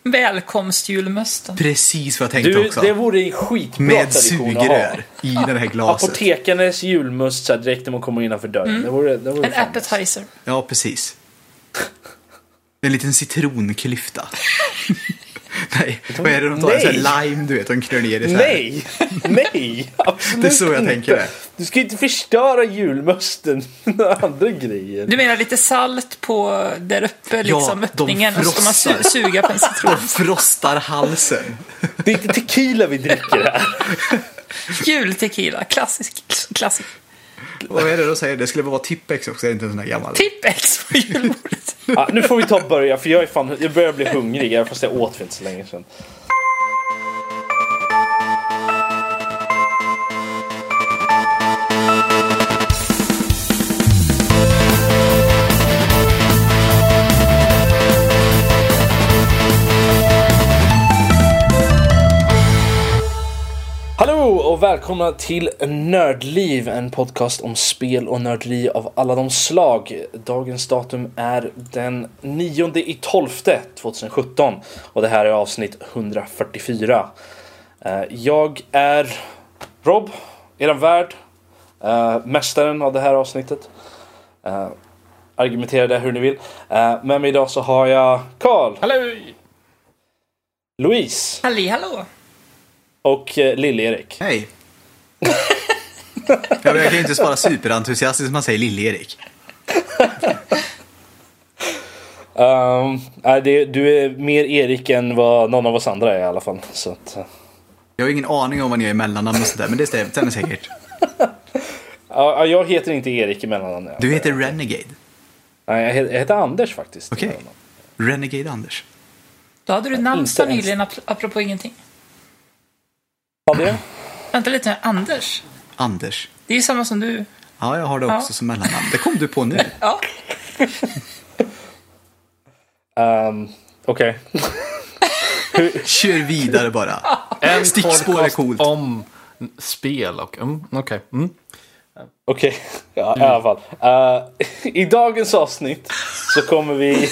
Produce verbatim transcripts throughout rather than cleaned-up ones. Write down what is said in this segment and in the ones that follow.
Välkomstjulmösten. Precis vad jag tänkte Du, också. det vore en skitbra med tradition sugrör i den här glaset. Apotekarnas julmust så här, direkt när man kommer innanför dörren. Mm. Det vore, det vore En fan appetizer. Ja, precis. En liten citronklyfta. Nej, vad är det de tar? En sån här lime, du vet, de knör ner det så här. Nej, nej, absolut Det är så jag inte. tänker det. Du ska inte förstöra julmusten med andra grejer. Du menar lite salt på där uppe, liksom Ja, de öppningen, och så ska man su- frostar. suga på en citron. Frostar halsen. Det är inte tequila vi dricker här. Jultequila, klassisk, klassisk. Vad är det de säger? Det skulle vara Tippex också, är det inte en sån här gammal? Tippex på julbordet. Ja, nu får vi ta och börja, för jag är fan, jag börjar bli hungrig, fast jag åt för inte så länge sedan. Hallå och välkomna till Nördliv, en podcast om spel och nörderi av alla de slag. Dagens datum är den nionde i tolfte tjugohundrasjutton och det här är avsnitt hundrafyrtiofyra. Jag är Rob, eran värd, mästaren av det här avsnittet. Argumentera det hur ni vill. Med mig idag så har jag Karl. Hallå! Louise. Halli, hallå! Och eh, Lill-Erik. Hej. Jag kan ju inte svara superentusiastiskt som man säger Lill-Erik. Um, nej, det, du är mer Erik än vad någon av oss andra är i alla fall. Så att, uh. Jag har ingen aning om vad ni är i mellannamn och sådär, men det stämmer, stämmer säkert. Ja, jag heter inte Erik i mellannamn. Du heter Renegade. Nej, jag heter, jag heter Anders faktiskt. Okej. Okay. Renegade Anders. Då hade du namnsdag Inte ens- nyligen, ap- apropå ingenting. Hade jag? Vänta lite, Anders. Anders. Det är ju samma som du. Ja, jag har det också Ja. som mellannamn. Det kom du på nu. Ja. Um, Okej. Kör vidare bara. En Stickspår är podcast coolt. om spel och... Mm, Okej. Mm. Okej, ja, i alla fall. Uh, I dagens avsnitt så kommer vi...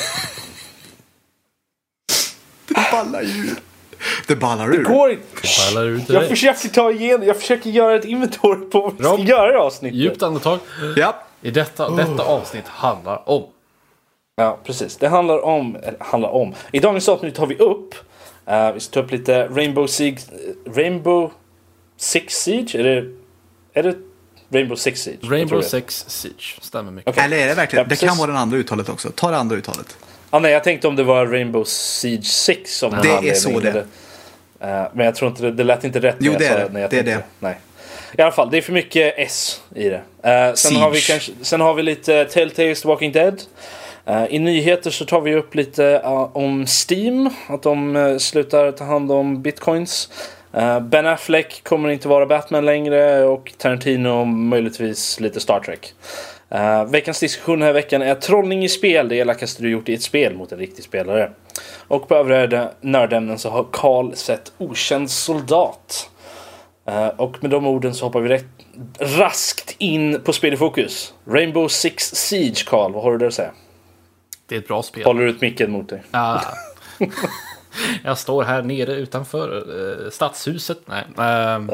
Det ballar ur. Det ballar ur. Går inte. Ballar ut Jag direkt. försöker ta igen, jag försöker göra ett inventory på vad vi ska Rob, göra i avsnittet. Djupt andetag. Ja. I detta, detta avsnitt handlar om... Ja, precis. Det handlar om, eller, handlar om. I dagens avsnitt tar vi upp, uh, vi ska ta upp lite Rainbow Six, Rainbow Six Siege. Är det, är det Rainbow Six Siege? Jag tror Rainbow det. Six Siege. Stämmer mycket. Okej. Eller är det verkligen? Ja, Det kan precis. vara den andra uttalet också. Ta det andra uttalet. Ah, nej, jag tänkte om det var Rainbow Siege sex. Som Det är så det. Uh, men jag tror inte det, det lät inte rätt. Jo, när det jag är sa det. När jag Det är tänkte. det. Nej. I alla fall, det är för mycket S i det. Uh, sen, Siege. har vi kanske, sen har vi lite Telltales Walking Dead. Uh, I nyheter så tar vi upp lite uh, om Steam. Att de uh, slutar ta hand om bitcoins. Uh, Ben Affleck kommer inte vara Batman längre. Och Tarantino möjligtvis lite Star Trek. Uh, veckans diskussion den här veckan är trollning i spel. Det elakaste du gjort i ett spel mot en riktig spelare. Och på övriga nördämnen så har Karl sett Okänd soldat. Uh, och med de orden så hoppar vi rätt raskt in på spel i fokus. Rainbow Six Siege, Karl. Vad har du där att säga? Det är ett bra spel. Håller ut micken mot dig. Ah. Jag står här nere utanför eh, stadshuset. Nej. ehm,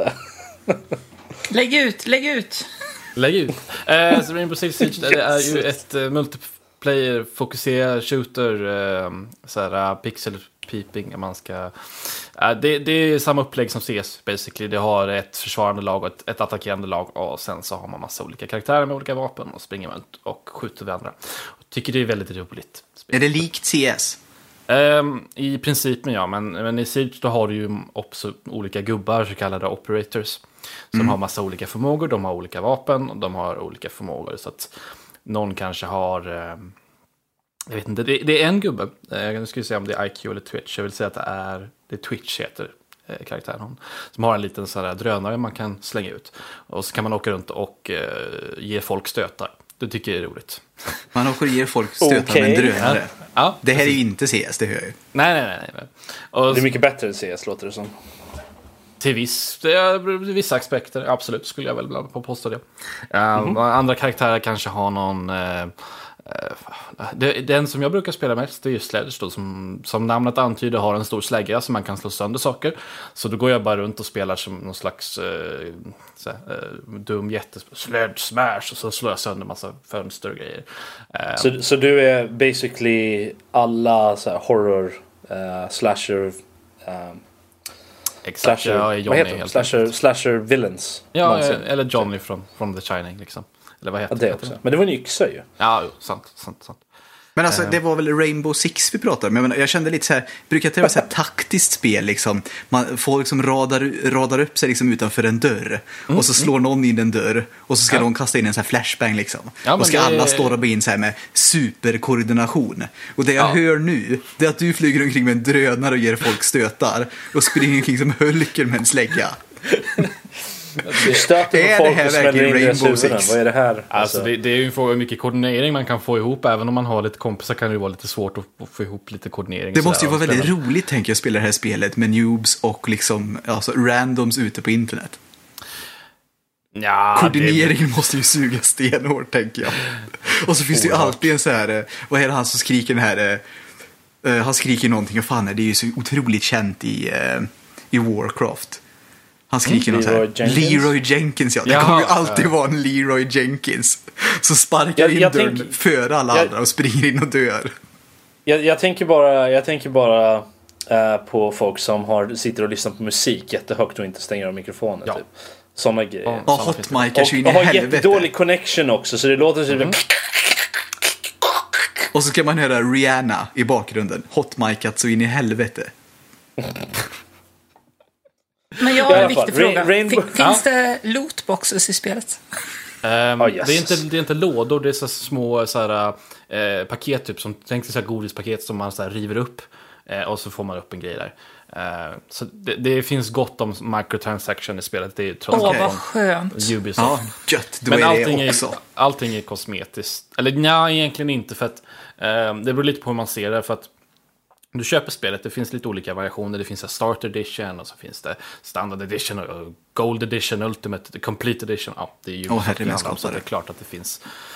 Lägg ut, lägg ut. Lägg ut. Eh, så Rainbow Six Siege det är ju ett eh, multiplayer-fokuserad shooter. Eh, såhär uh, pixel peeping. Man ska, uh, det, det är samma upplägg som C S basically. Det har ett försvarande lag och ett, ett attackerande lag. Och sen så har man massa olika karaktärer med olika vapen. Och springer man ut och skjuter varandra. Och tycker det är väldigt roligt. Är det likt C S? Um, I principen ja, men, men i Siege då har du ju också olika gubbar, så kallade operators, som Mm. har massa olika förmågor. De har olika vapen och de har olika förmågor. Så att någon kanske har... Um, jag vet inte, det, det är en gubbe. Uh, nu ska vi se om det är I Q eller Twitch. Jag vill säga att det är, det är Twitch heter uh, karaktären hon. Som har en liten sån här drönare man kan slänga ut. Och så kan man åka runt och uh, ge folk stötar. Det tycker jag är roligt. Man åker och ger folk stötar Okej. med en drönare. Ja, Det här är ju inte C S, det hör jag ju. nej, nej, nej. nej. Och Det är mycket bättre än C S, låter det som. till viss, det, vissa aspekter, absolut, skulle jag väl på påstå det. Uh, Mhm. Andra karaktärer kanske har någon uh, Det, den som jag brukar spela mest, det är ju Sledge då, som, som namnet antyder har en stor slägga så man kan slå sönder saker. Så då går jag bara runt och spelar som någon slags eh, såhär, eh, dum jätte Sledge smash, och så slår jag sönder massa fönster och grejer. Eh, Så, så du är basically alla så här, horror, uh, slasher, um, exakt, slasher, jag är Johnny vad heter de? helt Slasher, enkelt. slasher villains. Ja, någonsin. eller Johnny från, från The Shining liksom. Eller vad heter Ja, det det? också. Men det var en yxa ju. Ja, jo, sant, sant, sant. Men alltså, det var väl Rainbow Six vi pratade om. Jag, menar, jag kände lite så här, brukar det vara så här taktiskt spel liksom. Man får liksom radar, radar upp sig liksom utanför en dörr. Mm, och så slår mm. någon in en dörr. Och så ska ja. någon kasta in en så här flashbang liksom. Ja, och ska det... alla stå in så här med superkoordination. Och det jag ja. hör nu, det är att du flyger omkring med en drönare och ger folk stötar. Och springer omkring som Hulken med en slägga. Du stöter på folk och smäller in deras huvuden. Vad är det här? Alltså, alltså det, det är ju en fråga om mycket koordinering man kan få ihop. Även om man har lite kompisar kan det ju vara lite svårt att få ihop lite koordinering. Det måste ju vara väldigt roligt, tänker jag, att spela det här spelet med noobs och liksom, alltså, randoms ute på internet. Ja, koordineringen det... måste ju suga stenhårt, tänker jag. Och så finns det ju alltid en så här, vad är det han som skriker den här, uh, han skriker någonting, och fan, det är ju så otroligt känt i, uh, i Warcraft. Han skriker mm, något Leroy här. Jenkins. Leroy Jenkins, ja. Det Jaha, kommer ju alltid ja. vara en Leroy Jenkins. Så sparkar jag, in jag dörren tänk, före alla jag, andra och springer in och dör. Jag, jag tänker bara, jag tänker bara uh, på folk som har, sitter och lyssnar på musik jättehögt och inte stänger av mikrofonen. Ja. Typ. Sådana grejer. Ja, ja hotmikar så in i och, och har helvete. jättedålig connection också, så det låter så mm. Och så ska man höra Rihanna i bakgrunden. Hotmikat så in i helvete. Men jag har en I alla viktig fall, fråga. Rain- Rainbow- Fin- Finns det lootboxes i spelet? Um, oh, yes. det, är inte, det är inte lådor, det är så små så här, eh, paket typ, som tänk dig så här godispaket som man så här river upp eh, och så får man upp en grej där. Uh, så det, det finns gott om microtransaction i spelet. Det är trots Åh, okay. vad skönt. Ubisoft. Ja, gött. Då men är allting det är, också. allting är kosmetiskt. Eller nej, egentligen inte, för att uh, det beror lite på hur man ser det, för att du köper spelet, det finns lite olika variationer. Det finns en Starter Edition och så finns det Standard Edition och Gold Edition, Ultimate, Complete Edition. Ja, det är ju oh, så det är klart att det finns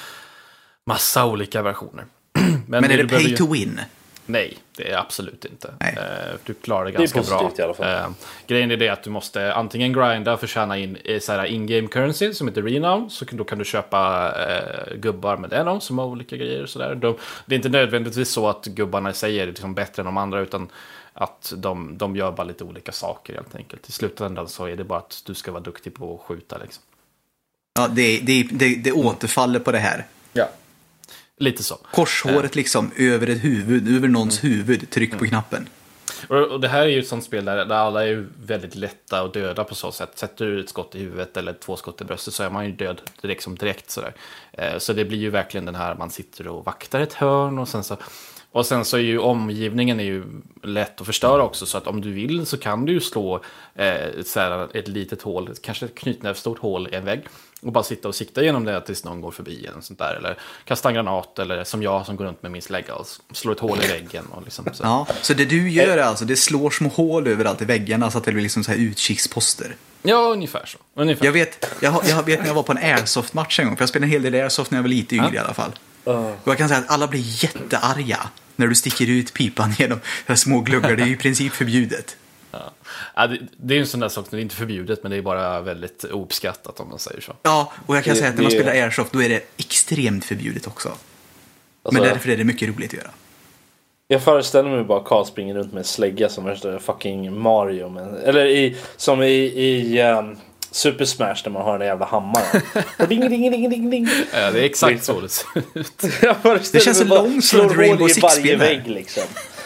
massa olika versioner. Men, Men är det pay ju... to win? Nej, det är absolut inte. Nej. Du klarar det ganska det är bra. I alla fall. Uh, grejen är det att du måste antingen grinda för att tjäna in så här in-game currency som heter renown, så då kan du köpa uh, gubbar med den som har olika grejer och sådär. De, det är inte nödvändigtvis så att gubbarna i sig är liksom bättre än de andra, utan att de, de gör bara lite olika saker helt enkelt. I slutändan så är det bara att du ska vara duktig på att skjuta liksom. Ja, det, det, det, det återfaller på det här. Ja. Lite så. Korshåret liksom över ett huvud, över någons mm. huvud, tryck på mm. knappen. Och, och det här är ju ett sånt spel där, där alla är ju väldigt lätta att döda på så sätt. Sätter du ett skott i huvudet eller två skott i bröstet så är man ju död direkt som direkt sådär. Eh, så det blir ju verkligen den här, man sitter och vaktar ett hörn och sen så... Och sen så är ju omgivningen är ju lätt att förstöra också, så att om du vill så kan du ju slå eh, så här ett litet hål, kanske ett knytnävsstort hål i en vägg och bara sitta och sikta igenom det tills någon går förbi eller sånt där, eller kasta en granat, eller som jag som går runt med min slägga och slår ett hål i väggen och liksom så. Ja, så det du gör är alltså, det slår små hål överallt i väggarna så att det blir liksom så här utkiksposter. Ja, ungefär så. Ungefär. Jag vet, jag, jag vet när jag var på en Airsoft-match en gång, för jag spelade en hel del Airsoft när jag var lite yngre ja. i alla fall. Uh. Och jag kan säga att alla blir jättearga när du sticker ut pipan genom små gluggar. Det är ju i princip förbjudet. Ja. Ja, det, det är ju en sån där sak, det är inte förbjudet, men det är bara väldigt uppskattat om man säger så. Ja, och jag kan det, säga att när man det... spelar Airsoft då är det extremt förbjudet också. Alltså, men därför är det mycket roligt att göra. Jag föreställer mig bara Carl springer runt med en slägga som är fucking Mario. Men, eller i, som i, i um, Super Smash där man har den jävla hammaren. ding, ding, ding, ding, ding. Ja, det är exakt så det ser ut. Det känns så långt från Rainbow Six-spel vägg liksom.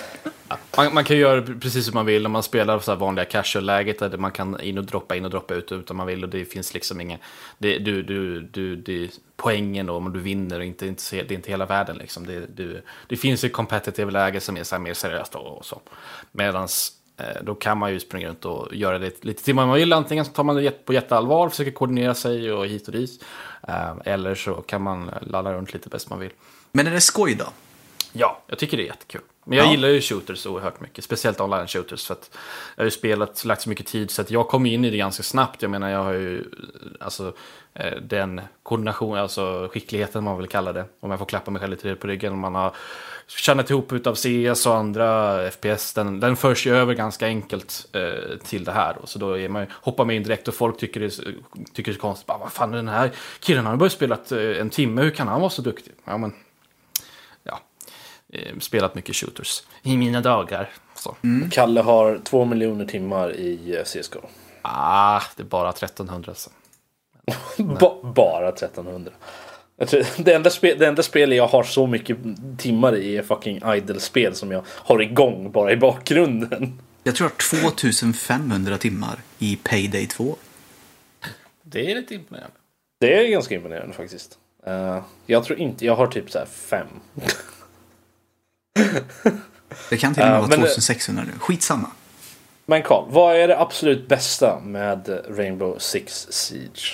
Man, man kan ju göra precis som man vill om man spelar så här vanliga casual-läget där man kan in och droppa in och droppa ut utan man vill, och det finns liksom ingen det, du, du, du, det poängen då, om du vinner och inte, inte, det är inte hela världen liksom. Det, du, det finns ju competitive läge som är så här mer seriöst och så. Medans eh, då kan man ju springa runt och göra det lite till man vill. Antingen så tar man det på jätteallvar, försöker koordinera sig och hit och dit. Eh, eller så kan man ladda runt lite bäst man vill. Men är det skoj då? Ja, jag tycker det är jättekul. Men jag Ja. gillar ju shooters oerhört mycket. Speciellt online shooters. För att jag har ju spelat, lagt så mycket tid. Så att jag kom in i det ganska snabbt. Jag menar, jag har ju alltså, den koordination, alltså skickligheten man vill kalla det. Om jag får klappa mig själv lite på ryggen. Man har tjänat ihop utav C S och andra F P S. Den, den förs ju över ganska enkelt eh, till det här. Och så då är man, hoppar man in direkt och folk tycker det är, tycker det är konstigt. Bara, vad fan är den här killen? Han har bara spelat eh, en timme. Hur kan han vara så duktig? Ja, men... Ja. Eh, spelat mycket shooters i mina dagar. Så. Mm. Kalle har två miljoner timmar i C S G O. Ah, det är bara trettonhundra. Så. ba- bara trettonhundra. Jag tror, det, enda spel, det enda spel jag har så mycket timmar i är fucking idle-spel som jag har igång bara i bakgrunden. Jag tror jag har tvåtusenfemhundra timmar i Payday två. Det är lite imponerande. Det är ganska imponerande faktiskt. Uh, jag tror inte, jag har typ så här fem. Det kan till och med Uh, vara men- tvåtusensexhundra nu. Skitsamma. Men Carl, vad är det absolut bästa med Rainbow Six Siege?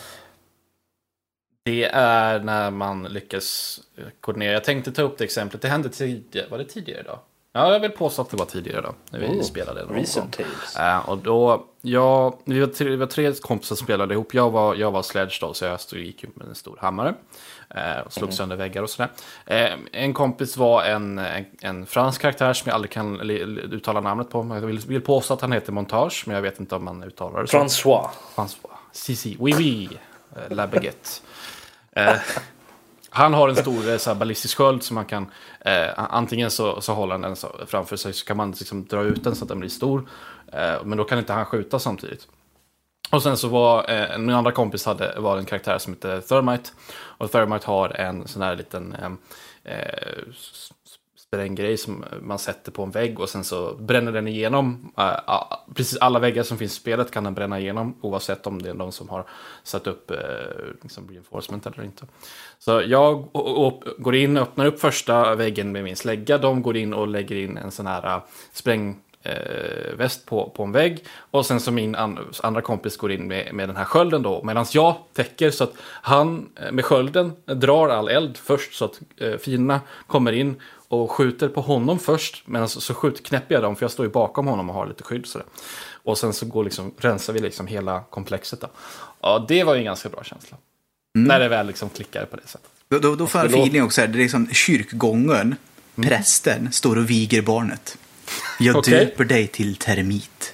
Det är när man lyckas koordinera. Jag tänkte ta upp det exemplet. Det hände tidigare. Var det tidigare då? Ja, jag vill påstå att det var tidigare då. När vi Oh, spelade. någon Recent gång. Tales. Uh, och då, jag, vi, var tre, vi var tre kompisar som spelade ihop. Jag var, jag var Sledge då, så jag stod, gick upp med en stor hammare. Uh, och slog mm. sönder väggar och sådär. Uh, en kompis var en, en, en fransk karaktär som jag aldrig kan li, li, uttala namnet på. Jag vill, vill påstå att han heter Montage, men jag vet inte om man uttalar det så. François. François. Si, si. Oui, oui. Uh, La baguette. Uh, han har en stor eh, så här, ballistisk sköld som man kan eh, antingen så, så håller han den så, framför sig, så kan man liksom dra ut den så att den blir stor, eh, men då kan inte han skjuta samtidigt. Och sen så var eh, min andra kompis hade, var en karaktär som heter Thermite, och Thermite har en sån här liten eh, eh, spränggrej som man sätter på en vägg och sen så bränner den igenom äh, precis alla väggar som finns i spelet kan den bränna igenom, oavsett om det är någon som har satt upp äh, liksom reinforcement eller inte. Så jag och, och, går in och öppnar upp första väggen med min slägga. De går in och lägger in en sån här äh, spräng eh, väst på, på en vägg. Och sen så min and, andra kompis går in med, med den här skölden då. Medan jag täcker så att han med skölden drar all eld först så att eh, fienderna kommer in och skjuter på honom först. Men så, så skjuter, knäpper jag dem för jag står ju bakom honom och har lite skydd. Sådär. Och sen så går liksom, rensar vi liksom hela komplexet då. Ja, det var ju en ganska bra känsla. Mm. När det väl liksom klickar på det sättet. Då, då, då får jag en feeling också här. Det är liksom kyrkgången, mm. prästen står och viger barnet. Jag okay. döper dig till termit.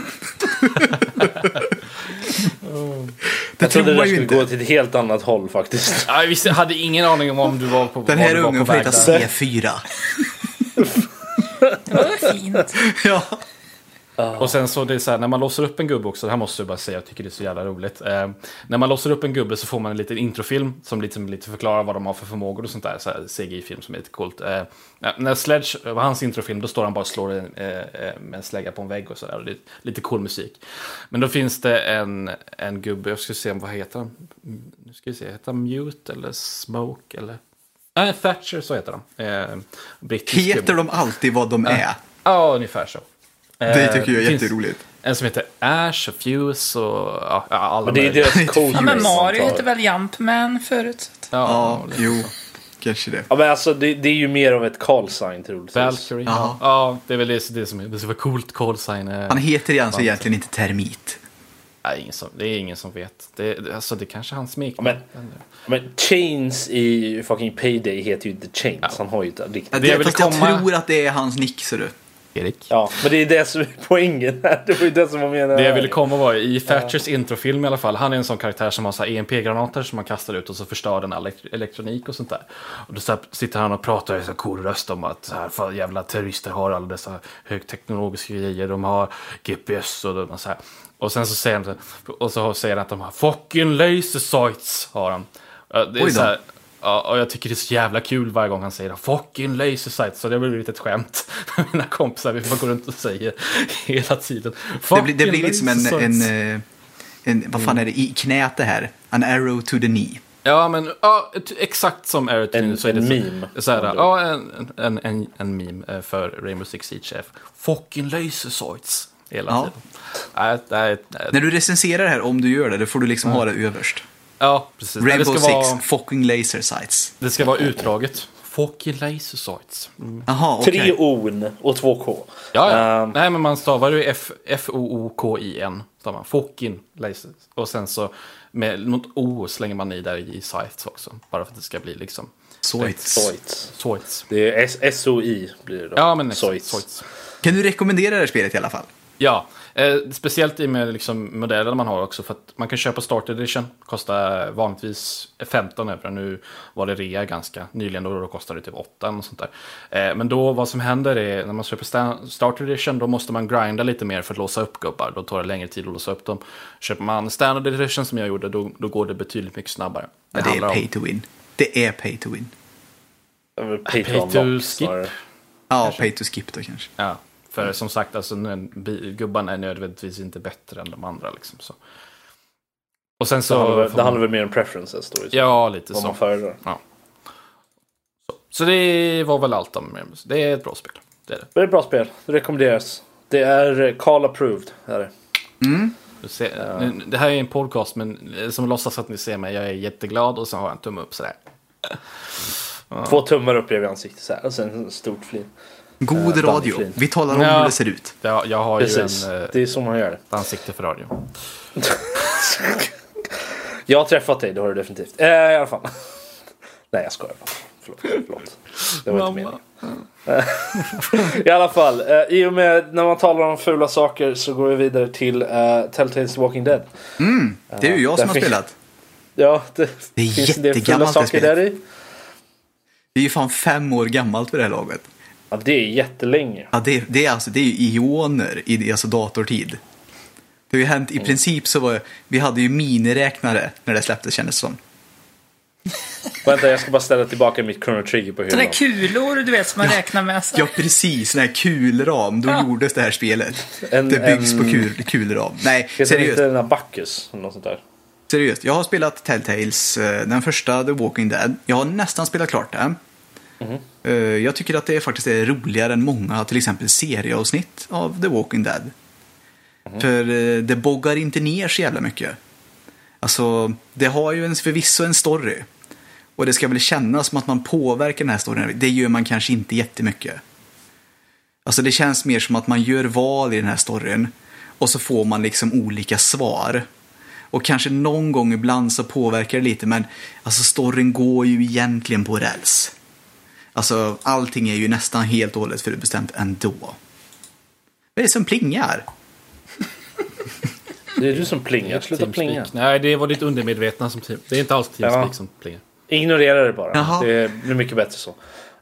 oh. Det jag trodde det skulle inte gå till ett helt annat håll faktiskt. Ja, jag hade ingen aning om om du var på den här ungen får heta C fyra. Det var fint. Ja. Och sen så det är så här, när man låser upp en gubbe också, det här måste jag bara säga, jag tycker det är så jävla roligt. Eh, när man låser upp en gubbe så får man en liten introfilm som lite, lite förklarar vad de har för förmågor och sånt där, så här C G I-film som är lite coolt. Eh, när Sledge var hans introfilm, då står han bara och slår en, eh, med en slägga på en vägg och sådär, och det är lite cool musik. Men då finns det en, en gubbe, jag ska se vad heter han? Nu ska vi se, heter han Mute eller Smoke eller... Nej, Thatcher, så heter de. Eh, heter gubbe. de alltid vad de är? Ja, ja ungefär så. Det tycker jag är jätteroligt. En som heter Ash och Fuse och ja, alla. Men det är deras code. Ja, men Mario heter väl Jumpman förut? Ja, ja jo. Kanske det. Ja, men alltså det, det är ju mer av ett call sign troligtvis. Valkyrie. Ja. ja, det är väl det, det som är det som är coolt call sign. Han heter alltså egentligen inte termit. Nej, ingen som, det är ingen som vet. Det, alltså, det kanske är hans smeknamn. Ja, men, men Chains i fucking Payday heter ju inte Chains. Ja. Han har ju inte riktigt. Ja, det, det, fast komma... jag tror att det är hans nick, så du. Erik. Ja, men det är det som är poängen här. Det var ju det som var meningen. Det jag ville komma var i Thatchers ja. introfilm i alla fall. Han är en sån karaktär som har så här E M P-granater som man kastar ut och så förstör den all elektronik och sånt där. Och då så här, sitter han och pratar i så cool röst om att så här, för jävla terrorister har alla dessa högteknologiska grejer. De har G P S och, och så här. Och sen så säger han och så säger han att de har fucking laser sights har han. Det är så här, ja, och jag tycker det är så jävla kul varje gång han säger fucking laser sights, så det blir lite ett skämt med mina kompisar. Vi får gå runt och säga hela tiden. Det blir, det blir lite som en, en, en, en vad fan är det i knät det här? An arrow to the knee. Ja, men ja, exakt som arrow to the knee. Så är det en meme. Så här, ja, en, en, en, en meme för Rainbow Six Siege. Fucking laser sights hela ja. tiden. Nej, nej, nej. När du recenserar det här, om du gör det, då får du liksom mm. ha det överst. Ja, precis. Rainbow det ska Six, vara, fucking laser sights. det ska vara utdraget. Fucking Laserzoids. Mm. Aha, okay. Tre O och två K. Ja, ja. Um, Nej, men man stavar ju F- F-O-O-K-I-N. Stavar man. Fucking Lasers. Och sen så med något O slänger man i där i Scythes också. Bara för att det ska bli liksom... Zoids. Zoids. Zoids. Det är S- S-O-I blir det då. Ja, men Zoids. Zoids. Kan du rekommendera det här spelet i alla fall? Ja, eh, speciellt i med liksom modeller man har också, för att man kan köpa Start Edition, kostar vanligtvis femton euro. Nu var det rea ganska nyligen, då, då kostade det typ åtta och sånt där. Eh, men då vad som händer är, när man köper sta- Start Edition, då måste man grinda lite mer för att låsa upp gubbar. Då tar det längre tid att låsa upp dem. Köper man Standard Edition som jag gjorde, då, då går det betydligt mycket snabbare. Det, det är pay to win. Det är pay to win. Pay to, pay to unlock, skip. snarare. Ja, Kanske. pay to skip då kanske. Ja. För som sagt, alltså, gubbarna är nödvändigtvis inte bättre än de andra. Liksom, så. Och sen så... Det handlar, väl, det man... handlar väl mer om preferences då? Ja, lite vad så. man föredrar. Ja. Så. så det var väl allt om Rainbow. Det är ett bra spel. Det är det. Det är ett bra spel. Det rekommenderas. Det är Call approved. Är det. Mm. Du ser, ja. nu, det här är en podcast, men som låtsas att ni ser mig. Jag är jätteglad och så har jag en tumme upp sådär. Ja. Två tummar upp i ansiktet så här. Och sen en stort flin. God uh, radio. Flin. Vi talar om ja. hur det ser ut. Ja, jag har Precis. ju en, det är så man gör det. Ett ansikte för radio. Jag har träffat dig, det har du definitivt. Eh, I alla fall. Nej, jag skojar bara. Förlåt, förlåt. Det var Mamma. inte meningen. I alla fall, eh, i och med när man talar om fula saker så går vi vidare till uh, Telltales Walking Dead. Mm, det är ju jag uh, som har spelat. Ja, det, det är finns en del fula jättegammalt saker där i. Det är ju fan fem år gammalt för det här laget. Ja, det är jättelänge. Ja, det, det är alltså det är ju ioner i alltså datortid. Det har ju hänt i mm. princip så var vi hade ju miniräknare när det släpptes, kändes som. Vänta, jag ska bara ställa tillbaka mitt Chrono Trigger på hyllan. Sådana kulor, du vet, som man ja, räknar med sig. Ja, precis. Sån här kulram. Då ja. gjordes det här spelet. En, det byggs en... på kul, kulram. Nej, jag seriöst. Inte den här Bacchus eller något sånt där. Seriöst, jag har spelat Telltales, den första The Walking Dead. Jag har nästan spelat klart det. Mm-hmm. Jag tycker att det faktiskt är roligare än många, till exempel serieavsnitt av The Walking Dead. Mm-hmm. För det boggar inte ner så jävla mycket. Alltså, det har ju en, förvisso en story. Och det ska väl kännas som att man påverkar den här storyn. Det gör man kanske inte jättemycket. Alltså det känns mer som att man gör val i den här storyn. Och så får man liksom olika svar. Och kanske någon gång ibland så påverkar det lite. Men alltså storyn går ju egentligen på räls. Alltså allting är ju nästan helt och hållet förutbestämt ändå. Vad är det som plingar? Det är du som plingar, sluta plinga. Nej, det var ditt undermedvetna som team. Det är inte alls Teamspeak ja. som plingar. Ignorera det bara. Jaha. Det blir mycket bättre så. Uh,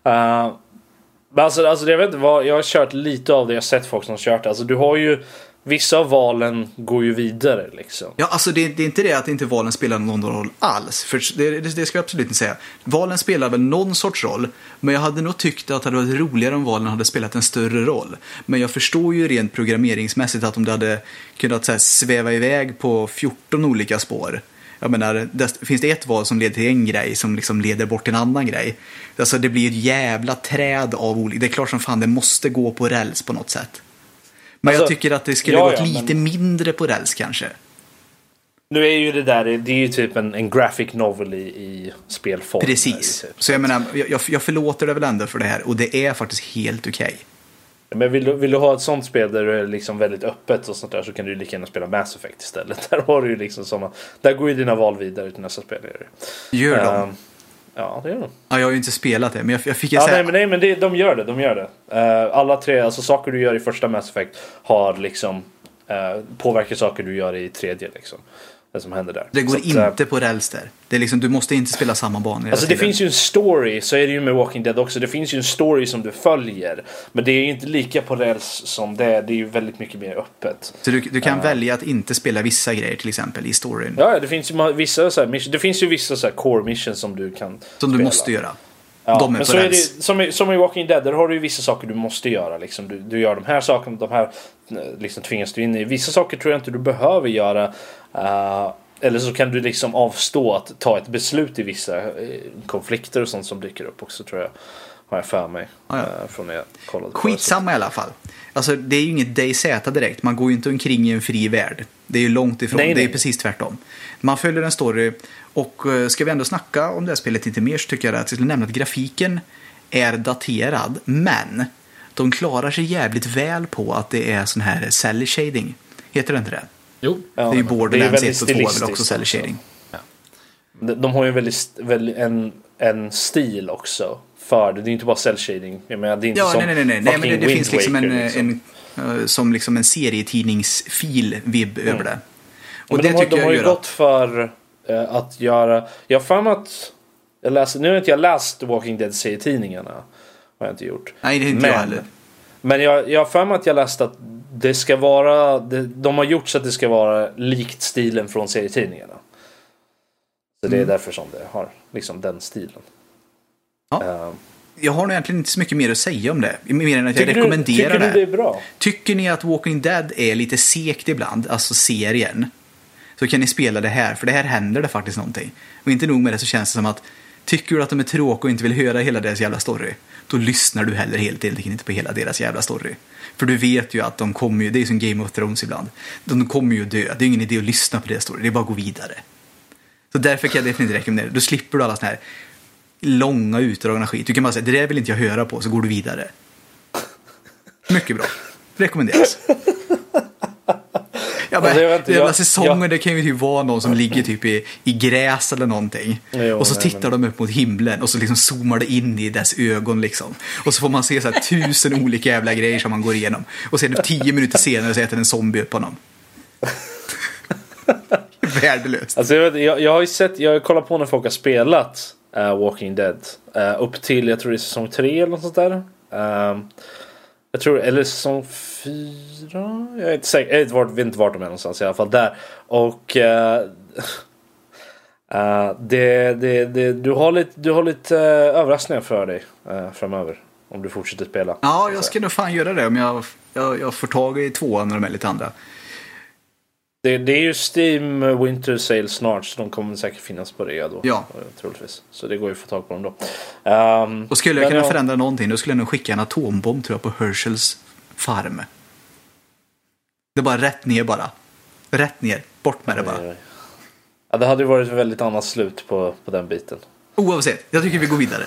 men alltså, alltså jag vet inte vad, jag har kört lite av det, jag har sett folk som har kört. Alltså du har ju, vissa av valen går ju vidare liksom. Ja, alltså det, det är inte det att inte valen spelar någon roll alls. För det, det, det ska jag absolut inte säga. Valen spelar väl någon sorts roll. Men jag hade nog tyckt att det hade varit roligare om valen hade spelat en större roll. Men jag förstår ju rent programmeringsmässigt att om det hade kunnat så här, sväva iväg på fjorton olika spår. Jag menar, det, finns det ett val som leder till en grej som liksom leder bort till en annan grej. Alltså det blir ett jävla träd av olika. Det är klart som fan det måste gå på räls på något sätt. Men alltså, jag tycker att det skulle ja, varit ja, lite men... mindre på räls kanske. Nu är ju det där, det är ju typ en, en graphic novel i, i spelform. Precis, typ. Så jag menar, jag, jag förlåter det väl ändå för det här. Och det är faktiskt helt okej. Okay. Men vill du, vill du ha ett sånt spel där det är liksom väldigt öppet och sånt där, så kan du lika gärna spela Mass Effect istället. Där har du ju liksom såna, där går ju dina val vidare till nästa spel. Gör de? Uh, ja, det gör de. Ja, jag har ju inte spelat det, men jag, jag fick ju ja, säga... Nej, men, nej, men det, de gör det, de gör det. Uh, alla tre, alltså saker du gör i första Mass Effect har liksom uh, påverkar saker du gör i tredje liksom. Det som händer där. Det går så inte att, på räls där. Det är liksom, du måste inte spela samma banor. Alltså det finns ju en story, så är det ju med Walking Dead också. Det finns ju en story som du följer. Men det är ju inte lika på räls som det. Det är ju väldigt mycket mer öppet. Så du, du kan uh, välja att inte spela vissa grejer till exempel i storyn. Ja, det finns ju vissa så här, det finns ju vissa så här core missions som du kan Som spela. du måste göra. Ja, de är men på så räls. är det, som, i, som i Walking Dead, där har du ju vissa saker du måste göra. Liksom. Du, du gör de här sakerna, de här liksom tvingas du in i. Vissa saker tror jag inte du behöver göra. Uh, Eller så kan du liksom avstå att ta ett beslut i vissa konflikter och sånt som dyker upp också, tror jag. Har jag för mig. Ah, ja. äh, från när jag kollade på Skitsamma i alla fall. Alltså det är ju inget D Z direkt. Man går ju inte omkring i en fri värld. Det är ju långt ifrån. Nej, det är nej. precis tvärtom. Man följer en story. Och ska vi ändå snacka om det här spelet lite mer, så tycker jag att jag skulle nämna att grafiken är daterad, men de klarar sig jävligt väl på att det är sån här cell shading. Heter det inte det? Jo. Ja, det är ju Borderlands ett och två är väl också cell shading. Ja. De, de har ju en, väldigt, väldigt, en, en stil också för det. Det är inte bara cell shading. Jag menar, det är inte ja, som nej, nej, nej. nej men det, det finns liksom Waker, en, liksom. en, uh, som liksom en serietidningsfil vibb mm. över det. Och men det de har, tycker de har jag ju gått att... för uh, att göra... Jag har fan att... Jag läste, nu har inte jag läst Walking Dead serietidningarna. Har jag inte gjort. Nej, det är inte men, jag heller. Men jag, jag har för mig att jag läste att det ska vara... Det, de har gjort så att det ska vara likt stilen från serietidningarna. Så mm. det är därför som det har liksom den stilen. Ja. Uh, jag har nog egentligen inte så mycket mer att säga om det. Mer än att jag tycker rekommenderar du, tycker det. Du det är bra? Tycker ni att Walking Dead är lite segt ibland, alltså serien, så kan ni spela det här. För det här händer det faktiskt någonting. Och inte nog med det så känns det som att tycker du att de är tråkiga och inte vill höra hela deras jävla story, då lyssnar du heller helt enkelt inte på hela deras jävla story. För du vet ju att de kommer ju, det är som Game of Thrones ibland, de kommer ju dö, det är ingen idé att lyssna på deras story, det är bara att gå vidare. Så därför kan jag definitivt rekommendera det. Då slipper du alla såna här långa utdragna skit. Du kan bara säga, det där vill inte jag höra på, så går du vidare. Mycket bra. Rekommenderas. Ja, men, det jävla jag, säsonger, jag... det kan ju typ vara någon som ligger typ i, i gräs eller någonting. Jo, och så nej, tittar men... de upp mot himlen och så liksom zoomar det in i dess ögon liksom. Och så får man se så här tusen olika jävla grejer som man går igenom. Och sen tio minuter senare så äter en zombie upp honom. Värdelöst. Alltså, jag, jag, jag har ju sett, jag har kollat på när folk har spelat uh, Walking Dead. Uh, upp till, jag tror det är säsong tre eller något sånt där. Uh, Jag tror, eller säsong fyra. Jag är inte säker, jag vet inte vart, vet inte vart de är någonstans i alla fall där. Och uh, uh, det, det, det, du har lite, du har lite uh, överraskningar för dig uh, framöver. Om du fortsätter spela. Ja, jag ska nog fan göra det om jag, jag, jag får tag i tvåan när de är lite andra. Det, det är ju Steam Winter Sale snart, så de kommer säkert finnas på det då. Ja. Troligtvis. Så det går ju att få tag på dem då. Um, och skulle jag kunna jag... förändra någonting, då skulle jag nog skicka en atombomb tror jag på Herschels farm. Det är bara rätt ner bara. Rätt ner. Bort med det bara. Ja, det hade ju varit ett väldigt annat slut på, på den biten. Oavsett, jag tycker vi går vidare.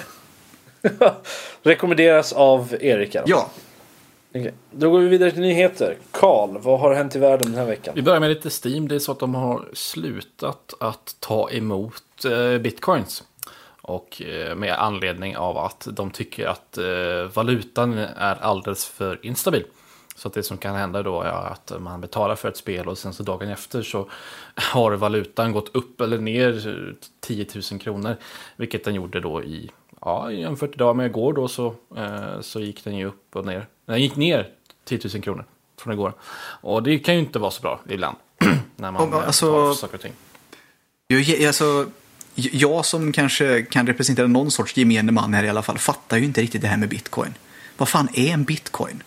Rekommenderas av Erik. Ja. Okay. Då går vi vidare till nyheter. Karl, vad har hänt i världen den här veckan? Vi börjar med lite Steam. Det är så att de har slutat att ta emot eh, bitcoins. Och eh, med anledning av att de tycker att eh, valutan är alldeles för instabil. Så att det som kan hända då är att man betalar för ett spel och sen så dagen efter så har valutan gått upp eller ner tio tusen kronor. Vilket den gjorde då i, ja, jämfört idag med igår då så, eh, så gick den ju upp och ner. Den gick ner tio tusen kronor från igår. Och det kan ju inte vara så bra ibland när man och, alltså, tar saker och ting. Jag, alltså, jag som kanske kan representera någon sorts gemene man här i alla fall fattar ju inte riktigt det här med bitcoin. Vad fan är en bitcoin?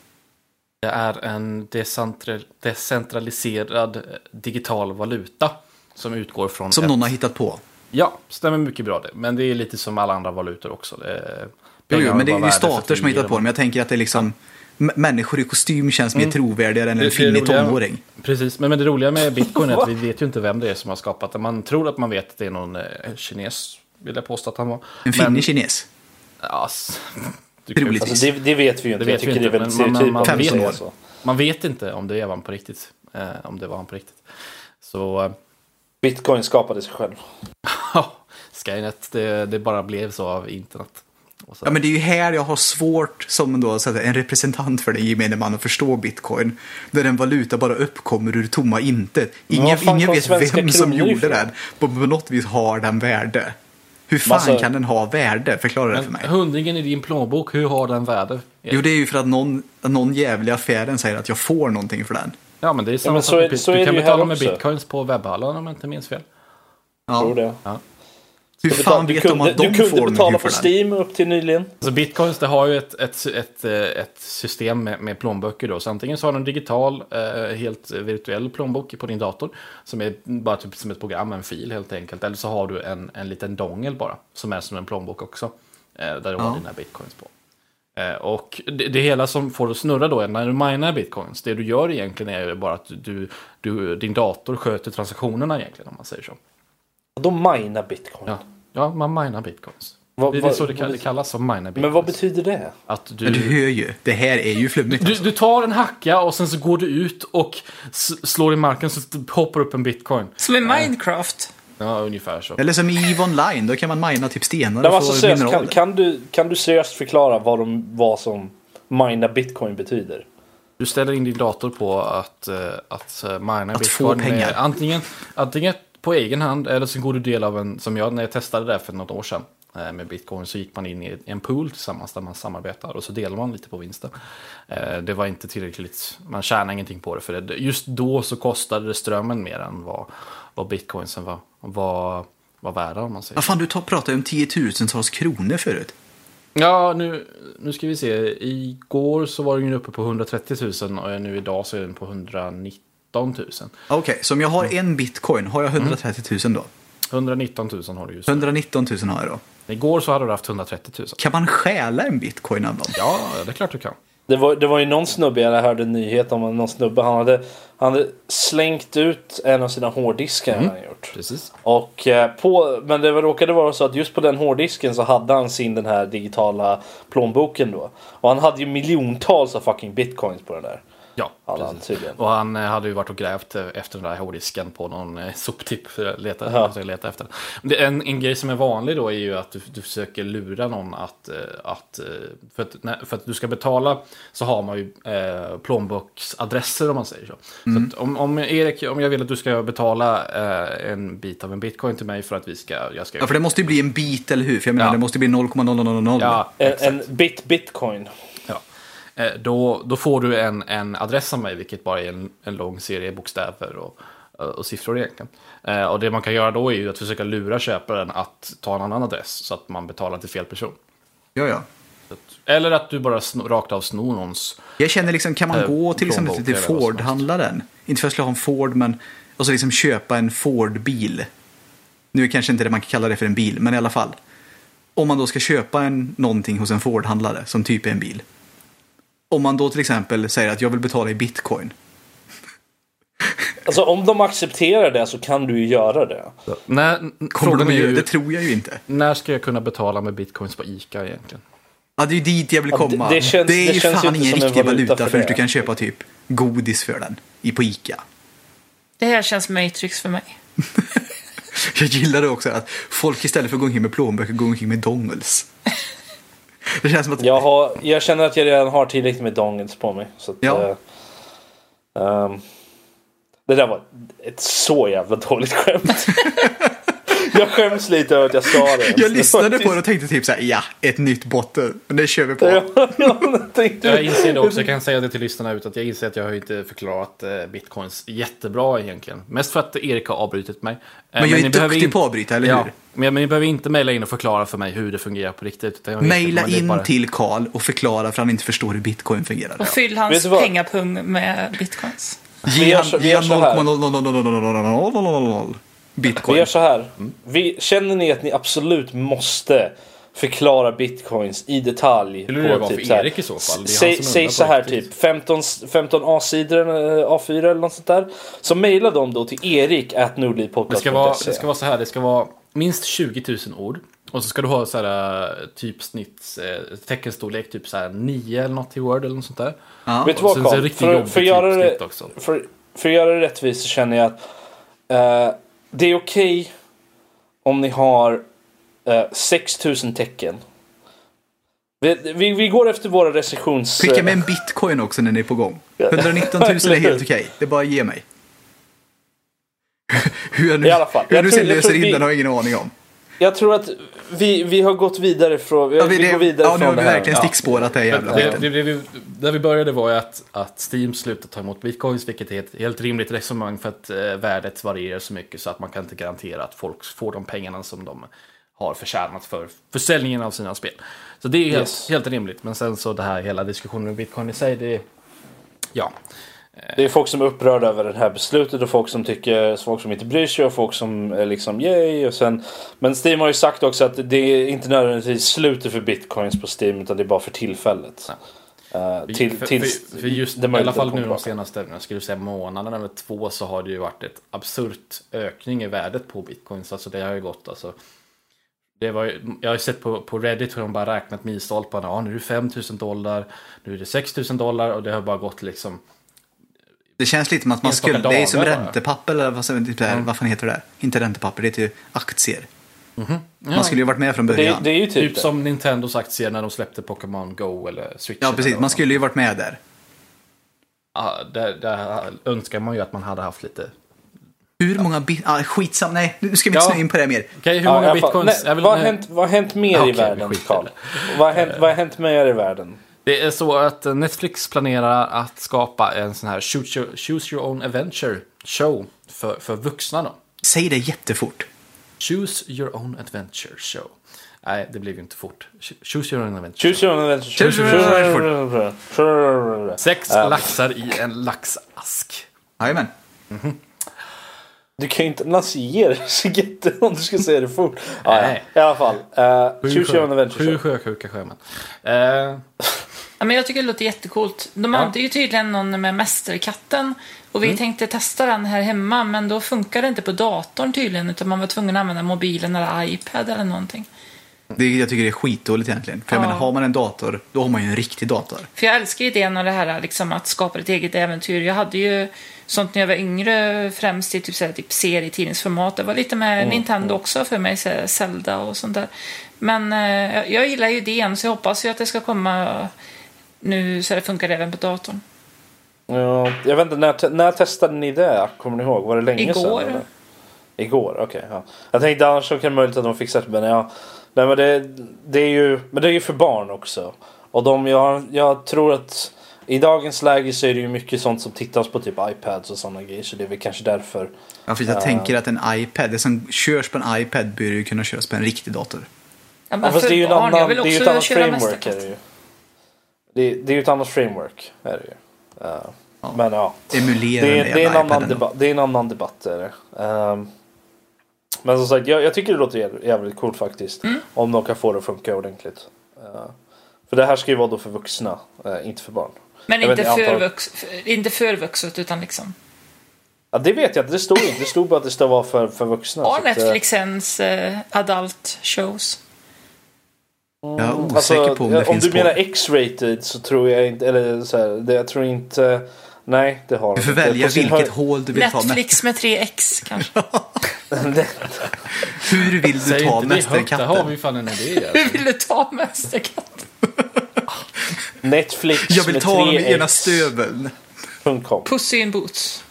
Det är en decentraliserad digital valuta som utgår från... Som ett... någon har hittat på. Ja, stämmer mycket bra det. Men det är lite som alla andra valutor också. Det är... Jo, jo, men det är ju stater som har hittat på det. Men jag tänker att det är liksom... Ja. Människor i kostym känns mm. mer trovärdigare än en finnig tonåring. Precis, men, men det roliga med bitcoin är att vi vet ju inte vem det är som har skapat det. Man tror att man vet att det är någon eh, kines, vill jag påstå att han var. En finnig kines? Ja, alltså, det, det vet vi ju inte. Det vet jag vi inte, det är man, man, man, vet, vet, man vet inte om det är han på riktigt. Eh, om det var han på riktigt. Så... Eh, bitcoin skapade sig själv. Ja, Skynet, det, det bara blev så av internet. Ja, men det är ju här jag har svårt som då, så att en representant för den gemene man att förstå bitcoin. Där en valuta bara uppkommer ur tomma intet. Ingen, ingen vet vem som gjorde den. På, på något vis har den värde. Hur fan Massa... kan den ha värde? Förklara det för mig. Hundringen i din plånbok, hur har den värde? Jo, det är ju för att någon, någon jävlig affären säger att jag får någonting för den. Ja, men det är samma ja, så är, du, så du är kan det betala med bitcoins på webbhallen om jag inte minns fel. Ja. Tror det. Ja. Hur fan vet de att de du får kunde betala för på Steam upp till nyligen. Alltså bitcoins, det har ju ett, ett, ett, ett system med, med plånböcker då. Så antingen så har du en digital, eh, helt virtuell plånbok på din dator. Som är bara typ som ett program, en fil helt enkelt. Eller så har du en, en liten dongel bara. Som är som en plånbok också. Eh, där du har ja. dina bitcoins på. Eh, och det, det hela som får att snurra då är när du minar bitcoins. Det du gör egentligen är ju bara att du, du, din dator sköter transaktionerna egentligen, om man säger så. De minar bitcoin. Ja. Ja, man minar bitcoins. Va, Det är va, så det, det kallas som mina bitcoins. Men vad betyder det? Att du, Men du hör ju, det här är ju flummigt. du, Alltså. du tar en hacka och sen så går du ut och s- slår i marken så hoppar upp en bitcoin. Som i Minecraft. Ja, ungefär så. Eller som i EVE Online, då kan man mina typ stenar Nej, och alltså, få seriöst, mineraler. kan, kan, du, kan du seriöst förklara vad, de, vad som mina bitcoin betyder? Du ställer in din dator på att, eh, att eh, mina Att få bitcoin pengar. med, antingen, antingen på egen hand eller så går du del av en, som jag när jag testade det för något år sedan eh, med bitcoin, så gick man in i en pool tillsammans där man samarbetar och så delar man lite på vinsten. Eh, det var inte tillräckligt, man tjänar ingenting på det för det. Just då så kostade det strömmen mer än vad, vad bitcoinsen var, var, var värda om man säger. Vad fan, du tar, pratar ju om tiotusentals kronor förut. Ja, nu, nu ska vi se. Igår så var den uppe på hundratrettio tusen och nu idag så är den på hundranitton tusen. Okej, okay, så om jag har en bitcoin, har jag hundratrettio tusen då? hundranitton tusen har du just nu. hundranitton tusen har jag då. Igår så hade du haft hundratrettio tusen. Kan man stjäla en bitcoin av dem? Ja, det är klart du kan. Det var, det var ju någon snubbe, jag hörde en nyhet om någon snubbe, han hade, han hade slängt ut en av sina hårddiskar mm. han gjort. Precis. Och eh, på, men det råkade vara så att just på den hårddisken så hade han sin den här digitala plånboken då. Och han hade ju miljontals av fucking bitcoins på den där. Ja, Alla han, och han eh, hade ju varit och grävt eh, efter den där hårddisken på någon eh, soptipp för att leta, Ja. för att leta efter den. Det, en, en grej som är vanlig då är ju att du, du försöker lura någon att, eh, att, eh, för att när, för att du ska betala så har man ju eh, plånboksadresser om man säger så. Mm. Så att om, om Erik, om jag vill att du ska betala eh, en bit av en bitcoin till mig för att vi ska... Jag ska Ja, för det måste ju bli en bit, eller hur? För jag menar, Ja. det måste bli noll komma noll noll noll noll. Ja, En, exakt. en bit bitcoin. Ja. Eh, Då, då får du en, en adress av mig, vilket bara är en, en lång serie bokstäver och, och siffror egentligen. Eh, och det man kan göra då är ju att försöka lura köparen att ta en annan adress så att man betalar till fel person. Ja, ja. Så att, eller att du bara sno, rakt av snor någons. Jag känner liksom, kan man Eh, gå till, liksom, plånbok till eller vad som helst. Ford-handlaren? Inte för att jag skulle ha en Ford, men och så liksom köpa en Ford-bil. Nu är kanske inte det man kan kalla det för en bil, men i alla fall. Om man då ska köpa en, någonting hos en Ford-handlare, som typ är en bil. Om man då till exempel säger att jag vill betala i bitcoin. Alltså om de accepterar det så kan du ju göra det. När, Kommer frågan de är att göra? ju, Det tror jag ju inte. när ska jag kunna betala med bitcoins på ICA egentligen? Ja, det är ju dit jag vill Ja, komma. det- det, det känns- är ju det känns fan ju inte ingen som en riktig valuta valuta för för att det. du kan köpa typ godis för den i på ICA. Det här känns Matrix för mig. Jag gillar det också att folk istället för att gå omkring med plånböcker går omkring med dongles. Det känns som att... Jag, har, jag känner att jag redan har tillräckligt med dongles på mig. Så att, Ja. eh, ehm, det där var ett så jävla dåligt skämt. Jag skäms lite över att jag sa det. Jag lyssnade på det och tänkte typ så här, ja, ett nytt botten. Men det kör vi på. Ja, jag tänkte... Jag inser det också, jag kan säga det till lyssnarna ut att jag inser att jag har inte förklarat eh, bitcoins jättebra egentligen. Mest för att Erik har avbrutit mig. Eh, Men jag ni är behöver duktig in- på att avbryta, eller Ja, hur? men, men ni behöver inte mejla in och förklara för mig hur det fungerar på riktigt. utan jag vet Maila inte, men det är in bara- till Karl och förklara för han inte förstår hur bitcoin fungerar. Och fyll Vet hans du vad? pengapung med bitcoins. Vi Ge gör han så- vi ge gör han så här. noll komma noll noll noll noll noll noll noll noll noll noll Vi bitcoin. gör så här. Vi, känner ni att ni absolut måste förklara bitcoins i detalj? Det lär ju vara för så här- Erik i så fall. Det är han Säg, som säg undrar så på här riktigt. typ femton, femton A-sidor, eh, A fyra eller något sånt där. Så mejla dem då till erik at Det nordlivpodcast ska, punkt vara, se. det ska vara så här, det ska vara minst tjugo tusen ord. Och så ska du ha så här eh, typ snitt eh, teckenstorlek typ så här nio eller något i Word eller något sånt där. Ja. Vet du Och vad sen så Carl? riktigt För, jobbigt för, att göra det, typsnitt också. för, för att göra det rättvist så känner jag att eh, det är okej om ni har eh, sex tusen tecken. Vi, vi, vi går efter våra recensions... Skicka med en bitcoin också när ni är på gång. etthundranitton tusen är helt okej. Det är bara att ge mig. Hur jag nu, I alla fall. hur jag Jag nu tror- sen jag löser tror in vi- den har jag ingen aning om. Jag tror att vi, vi har gått vidare från... Vi, Ja, vi vi, går det, vidare ja, nu från har vi det här. verkligen stickspårat det här jävla Det, skiten. det, det, vi, där vi började var ju att, att Steam slutade ta emot bitcoins, vilket är ett helt rimligt resonemang för att eh, värdet varierar så mycket så att man kan inte garantera att folk får de pengarna som de har förtjänat för försäljningen av sina spel. Så det är helt, Yes. helt rimligt. Men sen så det här hela diskussionen om bitcoin i sig, det är... Ja. Det är folk som är upprörda över det här beslutet och folk som tycker, folk som inte bryr sig och folk som är liksom yay och sen, men Steam har ju sagt också att det är inte nödvändigtvis slutet för bitcoins på Steam utan det är bara för tillfället. Uh, till, för, tills för, för just, det är i möjligt alla att fall komma nu de tillbaka. senaste, jag skulle säga månaderna eller två, så har det ju varit ett absurt ökning i värdet på bitcoins. Alltså det har ju gått alltså Det var, jag har sett på, på Reddit hur de bara räknat milstolparna. Ja, nu är det fem tusen dollar, nu är det sex tusen dollar och det har bara gått liksom... Det känns lite som att man skulle... Det är som dagar, räntepapper eller vad, typ där, mm. vad fan heter det där? Inte räntepapper, det heter ju aktier. Mm-hmm. Ja. Man skulle ju varit med från början. Det, det är ju typ, typ som Nintendos aktier när de släppte Pokémon Go eller Switch. Ja, precis. Man skulle ju varit med där. Ja, där, där önskar man ju att man hade haft lite... Hur många bit... Ah, skitsam. Nej, nu ska vi inte Ja. snöa in på det mer. Okej, hur Ja, många i alla fall. bitcoins? Nej, Jag vill- vad, har hänt, vad har hänt mer Okej, i världen, skit i Carl? det. Vad har hänt, vad har hänt mer i världen? Det är så att Netflix planerar att skapa en sån här choose your, choose your own adventure show för, för vuxna då. Säg det jättefort. Choose your own adventure show. Nej, det blev ju inte fort. Choose your own adventure. Choose your own adventure. Choose your own Choose Sex Ja. laxar i en laxask. Jajamän. Du kan ju inte naziera så jätte om du ska säga det fort. Ja, Nej. ja. I alla fall. Uh, choose your own adventure. Sju sjösjuka sjömän. Uh, Ja, men jag tycker det låter jättecoolt. De Ja. hade ju tydligen någon med Mästerkatten. Och vi tänkte testa den här hemma. Men då funkar det inte på datorn tydligen. Utan man var tvungen att använda mobilen eller iPad eller någonting. Det, jag tycker det är skitdåligt egentligen. För jag Ja. menar, har man en dator, då har man ju en riktig dator. För jag älskar idén av det här liksom, att skapa ett eget äventyr. Jag hade ju sånt när jag var yngre, främst i typ, så här, typ serietidningsformat. Det var lite med Mm. Nintendo också för mig, så här, Zelda och sånt där. Men eh, jag gillar ju idén, så jag hoppas ju att det ska komma nu så det funkar även på datorn. Ja, jag vet inte, när, te- när testade ni det? Kommer ni ihåg? Var det länge Igår. sedan? Eller? Igår, okej. Okay, ja. Jag tänkte annars så kan det möjligt att de fixar det. Men, ja, nej, men, det, det är ju, men det är ju för barn också. Och de, jag, jag tror att i dagens läge så är det ju mycket sånt som tittas på typ iPads och sådana grejer. Så det är väl kanske därför. Ja, för jag Ja. tänker att en iPad, det som körs på en iPad bör ju kunna köras på en riktig dator. Ja, Ja, men fast för det är ju en barn, jag annan, vill det är ju ett också annat köra framework. Är Mästerkatt. det, ju. Det, det är ju ett annat framework. Är det ju. Uh, Men ja. Emulera Det, den är- det, är en jävla annan iPaden. debatt, det är en annan debatt. Är det. Um, men som sagt, jag, jag tycker det låter jävligt, jävligt coolt faktiskt. Mm. Om de kan få det att funka ordentligt. Uh, för det här ska ju vara då för vuxna, uh, inte för barn. Men Jag inte vet inte, för, antar- vux, för, inte för vuxet, utan liksom. Ja, det vet jag inte, det stod inte. Det stod bara att det ska vara för, för vuxna. Har så att, uh, Netflix eh, adult shows? Jag är osäker på om det om finns du på. menar X-rated så tror jag inte, eller så här, det, jag tror inte, nej det har Du får de inte. välja På sin vilket höjd- hål du vill ta med. Netflix med tre X kanske. Hur vill du säg ta inte det högt, där har Mästerkatten? vi fan en idé. Hur Alltså. vill du ta Mästerkatt? Netflix Jag vill med ta dem i ena tre X stöveln. punkt com. Pussy in boots.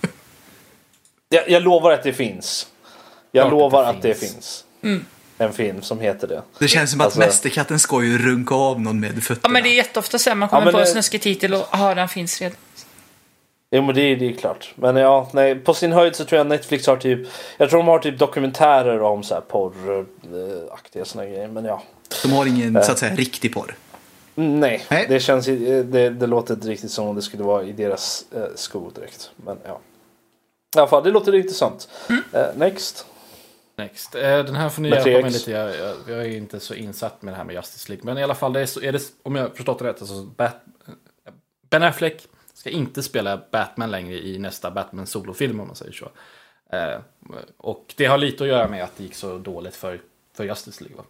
Jag, jag lovar att det finns. Jag Klart lovar att att det det finns. finns. En film som heter det. Det känns som att Alltså- Mästerkatten ska ju runka av någon med Ja, fötterna. men det är jätteofta så här, man kommer Ja, men på en det- snuskig titel och har den finns redan. Jo men det, är- det är klart. Men ja, nej, på sin höjd så tror jag Netflix har typ, jag tror de har typ dokumentärer om så här porraktiga såna grejer. Men ja. De har ingen, så att säga, riktig porr. Mm, Nej, Nej. det känns i- det, det låter inte riktigt som om det skulle vara i deras eh, skor direkt. Men ja. I alla fall, det låter intressant. Eh, next. Next. Eh, Den här får ni Med hjälpa tre mig X. lite. Jag, jag, jag är inte så insatt med det här med Justice League. Men i alla fall, det är, så, är det, om jag har förstått det rätt, alltså Bat, Ben Affleck ska inte spela Batman längre i nästa Batman solofilm, om man säger så. Eh, och det har lite att göra med att det gick så dåligt för, för Justice League, va?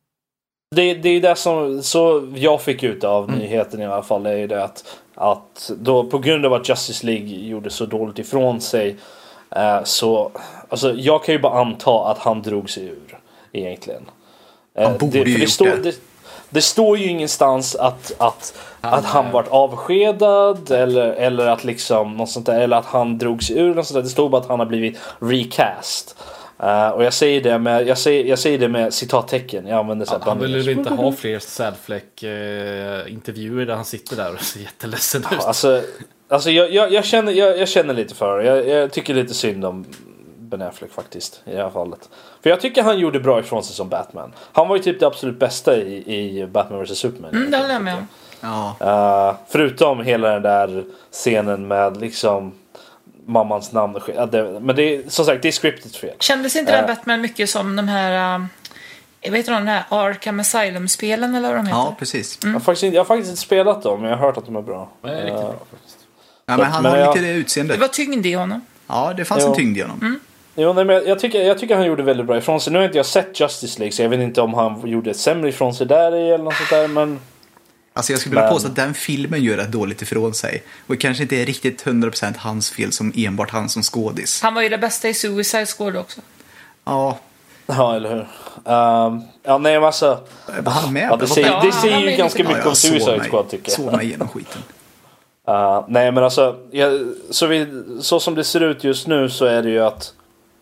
Det, det är det som så jag fick ut av mm. nyheten i alla fall. Det är ju det att, att då, på grund av att Justice League gjorde så dåligt ifrån sig eh, så alltså, jag kan ju bara anta att han drog sig ur egentligen. Eh, Han borde det, ju för det, gjort står, det. det. Det står ju ingenstans att, att, han, att han vart avskedad eller, eller att liksom något sånt där, eller att han drog sig ur något sånt där. Det står bara att han har blivit recast. Uh, och jag säger det med jag säger, jag säger det med citattecken. Jag använder så här Han vill bandage. väl inte ha fler Sadfleck eh, intervjuer där han sitter där och ser jätteledsen ut. Alltså, alltså jag, jag, jag, känner, jag, jag känner lite för det. jag, jag tycker lite synd om Ben Affleck faktiskt i det här fallet. För jag tycker han gjorde bra ifrån sig som Batman. Han var ju typ det absolut bästa i, i Batman versus Superman. Mm, det håller jag med om. Ja. Uh, förutom hela den där scenen med liksom mammans namn och skit. Ja, det, men det är som sagt, det är scriptet fel. Kändes inte Äh. den Batman mycket som de här, uh, jag vet inte, de här Arkham Asylum-spelen eller vad de heter? Ja, precis. Jag, har faktiskt inte, jag har faktiskt inte spelat dem, men jag har hört att de är bra. Det är riktigt Uh, bra faktiskt. Ja, men han Men har jag- lite det Det utseendet. var tyngd i honom. Ja, det fanns Jo. en tyngd i honom. Jo, nej, men jag, jag, tycker, jag tycker han gjorde väldigt bra ifrån sig. Nu har inte jag sett Justice League, så jag vet inte om han gjorde ett sämre ifrån sig där i eller något sånt där, men... Alltså jag skulle vilja Men- påstå att den filmen gör rätt dåligt ifrån sig. Och det kanske inte är riktigt hundra procent hans fel som enbart han som skådis. Han var ju det bästa i Suicide Squad också. Ja, Ja, eller hur? Um, ja, nej, men alltså... var han med? Ja, det säger, Ja, det han säger var ju med ganska lite. mycket om Suicide Squad, tycker jag. Såg mig igenom skiten. Uh, nej, men alltså, jag, så, vi, så som det ser ut just nu så är det ju att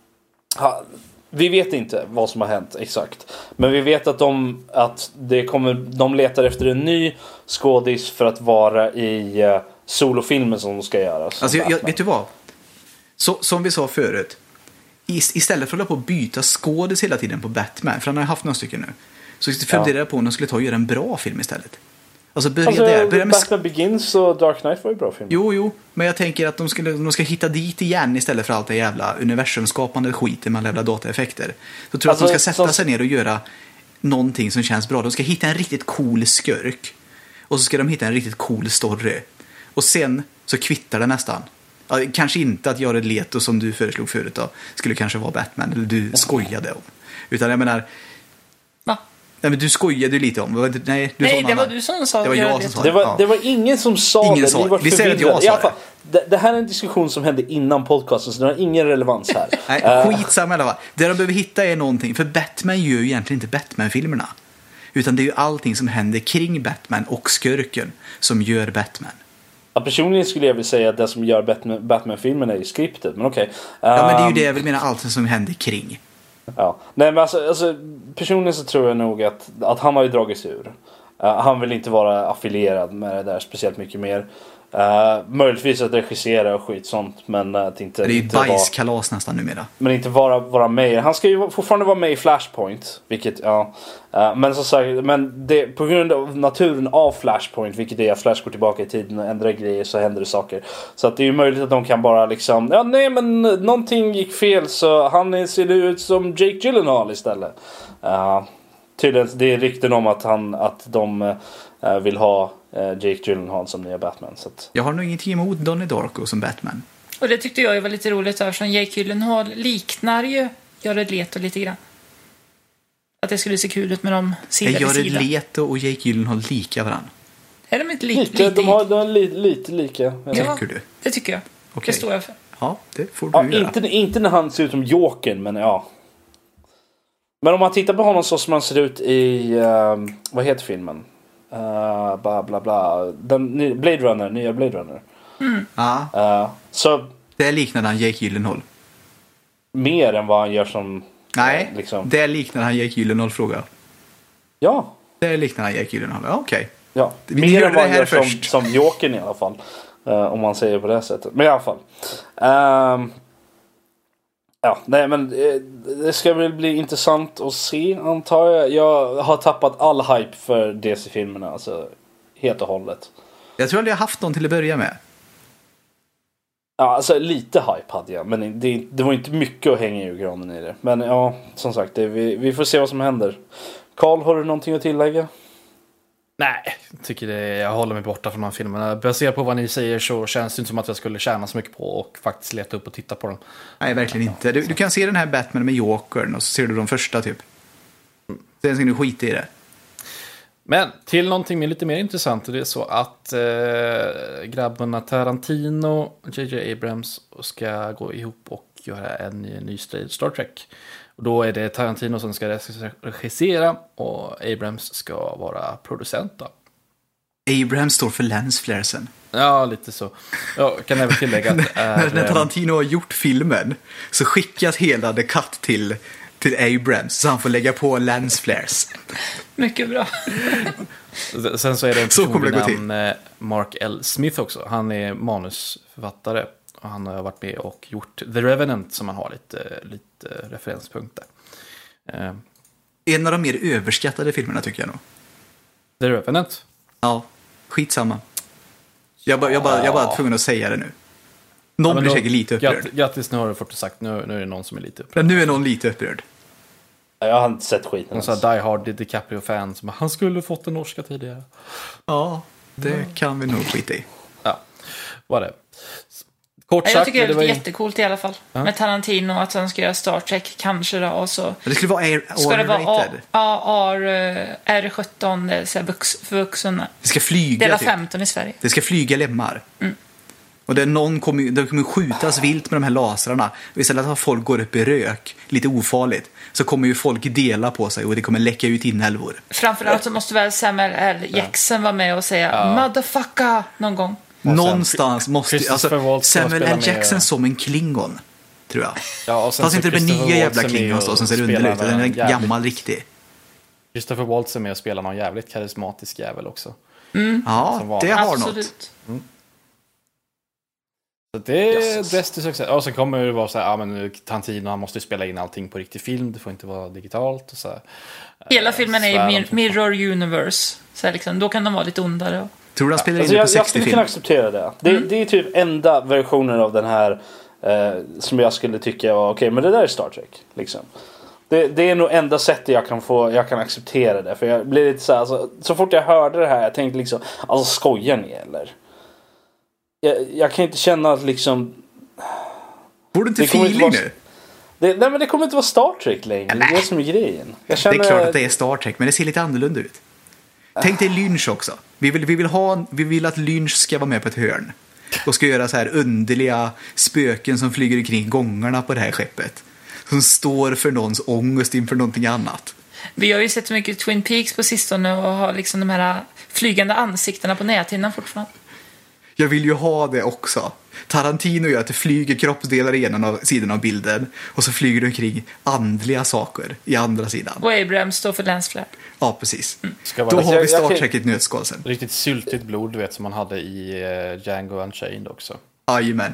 ha, vi vet inte vad som har hänt exakt, men vi vet att de, att det kommer, de letar efter en ny skådis för att vara i uh, solofilmen som de ska göra. Alltså, jag, jag, vet du vad? Så, som vi sa förut, ist- istället för att hålla på att byta skådis hela tiden på Batman, för han har haft några stycken nu, så funderade jag på om de skulle ta och göra en bra film istället. Alltså börja alltså, där. Börja med sk- Batman Begins och Dark Knight var ju bra film. Jo, jo, men jag tänker att de, skulle, de ska hitta dit igen istället för allt det jävla universumskapande skiten med jävla dataeffekter. Så tror jag Alltså, att de ska sätta så- sig ner och göra någonting som känns bra. De ska hitta en riktigt cool skurk. Och så ska de hitta en riktigt cool story. Och sen så kvittar det nästan. Ja, kanske inte att Jared Leto, som du föreslog förut då, skulle kanske vara Batman, eller du skojade om. Utan jag menar... Va? Nej, men du skojade ju lite om. Nej, du Nej, sa det någon var annan. du som sa Det var Jared jag som Leto. sa Det var, Ja. det var ingen som sa Ingen det. sa Vi var det. Vi säger att förvirrade. jag sa I alla fall, det. det. Det här är en diskussion som hände innan podcasten, så det har ingen relevans här. Nej, Eh, skitsamma i alla fall. Det de behöver hitta är någonting. För Batman gör ju egentligen inte Batman-filmerna. Utan det är ju allting som händer kring Batman och skurken som gör Batman. Ja, personligen skulle jag vilja säga att det som gör Batman, Batman-filmen är ju skriptet, men okej. Ja, men det är ju Ehm, det jag vill mena, allt som händer kring. Ja. Nej, men alltså, alltså, personligen så tror jag nog att, att han har ju dragit sig ur. Uh, han vill inte vara affilierad med det där speciellt mycket mer. Uh, möjligtvis att regissera och skit sånt, men uh, att inte... Det är ju inte vara, bajskalas nästan numera. men inte vara, vara med. Han ska ju fortfarande vara med i Flashpoint, vilket, ja. Uh, men som sagt, men det, på grund av naturen av Flashpoint, vilket är att Flash går tillbaka i tiden och ändrar grejer, så händer det saker. Så att det är ju möjligt att de kan bara liksom, ja nej men någonting gick fel, så han ser ut som Jake Gyllenhaal istället. Uh, tydligen, det är rykten om att, han, att de uh, vill ha uh, Jake Gyllenhaal som nya Batman. Så att, Jag har nog ingenting emot Donnie Darko som Batman. Och det tyckte jag ju var lite roligt eftersom Jake Gyllenhaal liknar ju Jared Leto lite grann. Att det skulle se kul ut med dem sida Jag vid gör sida. Leto och Jake Gyllenhaal lika varandra. Är de inte li- lite, lite? de har, de har li, lite lika. Ja, Tycker du? det tycker jag. Okej. Det står jag för. Ja, det får du Ja, göra. inte, inte när han ser ut som Jokern, men ja. Men om man tittar på honom så som han ser ut i... ehm, vad heter filmen? Uh, bla bla bla. Den, ny- Blade Runner, nya Blade Runner. Ja, Uh, så det liknar han Jake Gyllenhaal. mer än vad han gör som... Nej, eh, liksom. det liknar han Jake Gyllenhaal, frågar jag. Ja, Det liknar han Jake Gyllenhaal. Ja, okej. ja. Vi Mer hörde än vad det han här gör som, först. som Jokern i alla fall. Uh, om man säger på det sättet. Men i alla fall. Ehm, ja, nej men eh, det ska väl bli intressant att se, antar jag. Jag har tappat all hype för D C-filmerna, alltså helt och hållet. Jag tror aldrig jag haft någon till att börja med. Ja, alltså lite hype hade jag, men det, det var inte mycket att hänga i granen i det. Men ja, som sagt, det, vi, vi får se vad som händer. Carl, har du någonting att tillägga? Nej, jag tycker det, jag håller mig borta från de här filmerna. Baserat på vad ni säger så känns det inte som att jag skulle tjäna så mycket på och faktiskt leta upp och titta på dem. Nej, verkligen inte. Du, du kan se den här Batman med Jokern och så ser du de första typ. Sen ska du skita i det. Men till någonting lite mer intressant, och det är så att eh, grabbarna Tarantino och J J Abrams ska gå ihop och göra en ny Star Trek. Och då är det Tarantino som ska regissera och Abrams ska vara producent då. Abrams står för lensflaresen. Ja, lite så. Jag kan även tillägga att det är, när, när Tarantino har gjort filmen så skickas hela the cut till, till Abrams så han får lägga på lensflares. Mycket bra. eh, sen så är det en Så person kommer det vid gå till. namn eh, Mark L. Smith också. Han är manusförfattare och han har varit med och gjort The Revenant som man har lite, lite referenspunkter. Eh, En av de mer överskattade filmerna tycker jag nog. The Revenant. Ja, skitsamma. Jag bara, jag bara, jag bara tvungen att säga det nu. Någon Ja, men blir då- säkert lite upprörd. Gratt, grattis, nu har du fått det sagt. Nu, nu är det någon som är lite upprörd. Men nu är någon lite upprörd. Jag har inte sett skiten Någon ens. sån här Die Hard DiCaprio-fan som bara, han skulle fått en norska tidigare. Ja, det kan vi nog skita i. Ja, vad det. Kort Jag sagt, tycker det det är var in... jättecoolt i alla fall. Ja. Med Tarantino, att han ska göra Star Trek kanske då. Och så Det skulle vara ska det vara A- R-rated. A- R- R sjutton, det är så här vux- för vuxna. Det ska flyga Dela typ. femton i Sverige. Det ska flyga lemmar. Mm. Och det, är någon kommer, det kommer skjutas vilt med de här lasrarna. Och istället för att folk går upp i rök, lite ofarligt, så kommer ju folk dela på sig och det kommer läcka ut inälvor. Framförallt så måste väl Samuel L. Jackson vara med och säga motherfucker någon gång. Någonstans måste ju, Christopher alltså, Waltz ska Samuel spela L. Jackson med- som en klingon, tror jag. Ja, och sen Fast så inte det blir Christopher nya Waltz jävla är med klingons då och som ser spelar underligt ut. Den är någon jävligt- gammal riktig. Christopher Waltz är med och spelar någon jävligt karismatisk jävel också. Ja, Som vanligt. det har något. Absolut. Så det är Yes. bäst i success. Och sen kommer det vara så här, ja men nu Tarantino, han måste ju spela in allting på riktig film, det får inte vara digitalt och så här. Hela filmen är svär i de Mir- som- Mirror Universe. Så här liksom, då kan de vara lite ondare. Och... Tror du han spelar in Alltså det på jag, jag sextio skulle film? kunna acceptera det. Det, Mm. det är typ enda versionen av den här eh, som jag skulle tycka var okej, men det där är Star Trek. Liksom. Det, det är nog enda sättet jag kan få, jag kan acceptera det. För jag blir lite så här, alltså, så fort jag hörde det här, jag tänkte liksom, alltså skojar ni eller? Jag, jag kan inte känna att liksom... Borde inte Det kommer inte feeling vara- nu? Det, nej men det kommer inte vara Star Trek längre. Det är det som är grejen. Jag känner, Det är klart att det är Star Trek, men det ser lite annorlunda ut. Tänk dig Lynch också. Vi vill, vi, vill ha, vi vill att Lynch ska vara med på ett hörn. Och ska göra så här underliga spöken som flyger omkring gångarna på det här skeppet. Som står för någons ångest inför någonting annat. Vi har ju sett så mycket Twin Peaks på sistone och har liksom de här flygande ansiktena på näthinnan fortfarande. Jag vill ju ha det också. Tarantino gör att det flyger kroppsdelar i ena av sidan av bilden. Och så flyger det omkring andliga saker i andra sidan. Och Abrams står för Lance Flair. Ja, precis. Ska Då vara har vi Jag- jag Star kan- Trek i ett nötskal sen. riktigt syltigt blod, du vet, som man hade i uh, Django Unchained också. Jajamän.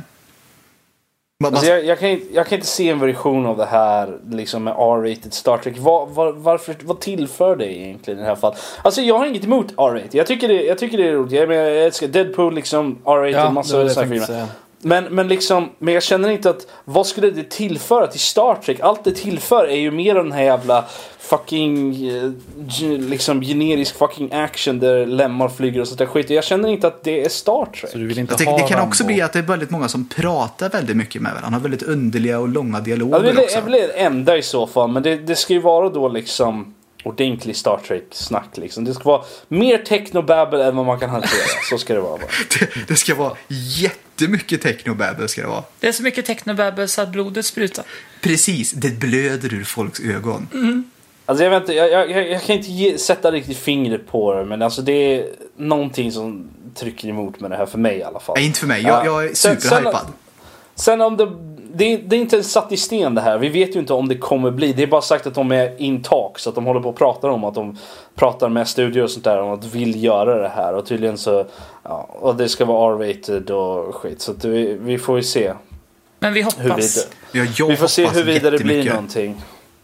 Man- Alltså jag, jag, kan inte, jag kan inte se en version av det här liksom med R-rated Star Trek. Var, var, varför, vad tillför det egentligen i det här fallet? Alltså jag har inget emot R-rated. Jag tycker det, jag tycker det är roligt. Jag, menar, jag älskar Deadpool, liksom R-rated, Ja, massor det av var det sådana jag tänkte filmer. säga. Men, men liksom, men jag känner inte att, vad skulle det tillföra till Star Trek? Allt det tillför är ju mer av den här jävla fucking eh, ge- liksom generisk fucking action där lemmar flyger och sånt där skit. Jag känner inte att det är Star Trek. Så du vill inte Jag tänker, ha det kan Rambo. också bli att det är väldigt många som pratar väldigt mycket med varandra. Han har väldigt underliga och långa dialoger Ja, det är också. väl det enda i så fall, men det, det ska ju vara då liksom ordentlig Star Trek-snack liksom. Det ska vara mer technobabble än vad man kan hantera. Så ska det vara bara. Det, det ska vara jättemycket technobabble ska det vara. Det är så mycket technobabble så att blodet sprutar. Precis, det blöder ur folks ögon. Alltså jag vet inte, jag, jag, jag kan inte ge, sätta riktigt fingret på det, men alltså det är någonting som trycker emot med det här för mig i alla fall. Nej, inte för mig. Jag, jag är Sen- superhypad. Sen om det, det, det är inte satt i sten det här. Vi vet ju inte om det kommer bli. Det är bara sagt att de är in talk, så att de håller på att prata om att de pratar med studio och sånt där om att vill göra det här. Och tydligen så, ja, och det ska vara R-rated och skit. Så att vi, vi får ju se Men vi hur hoppas. vidare, Ja, jag vi får se hoppas huruvida det blir jättemycket. någonting.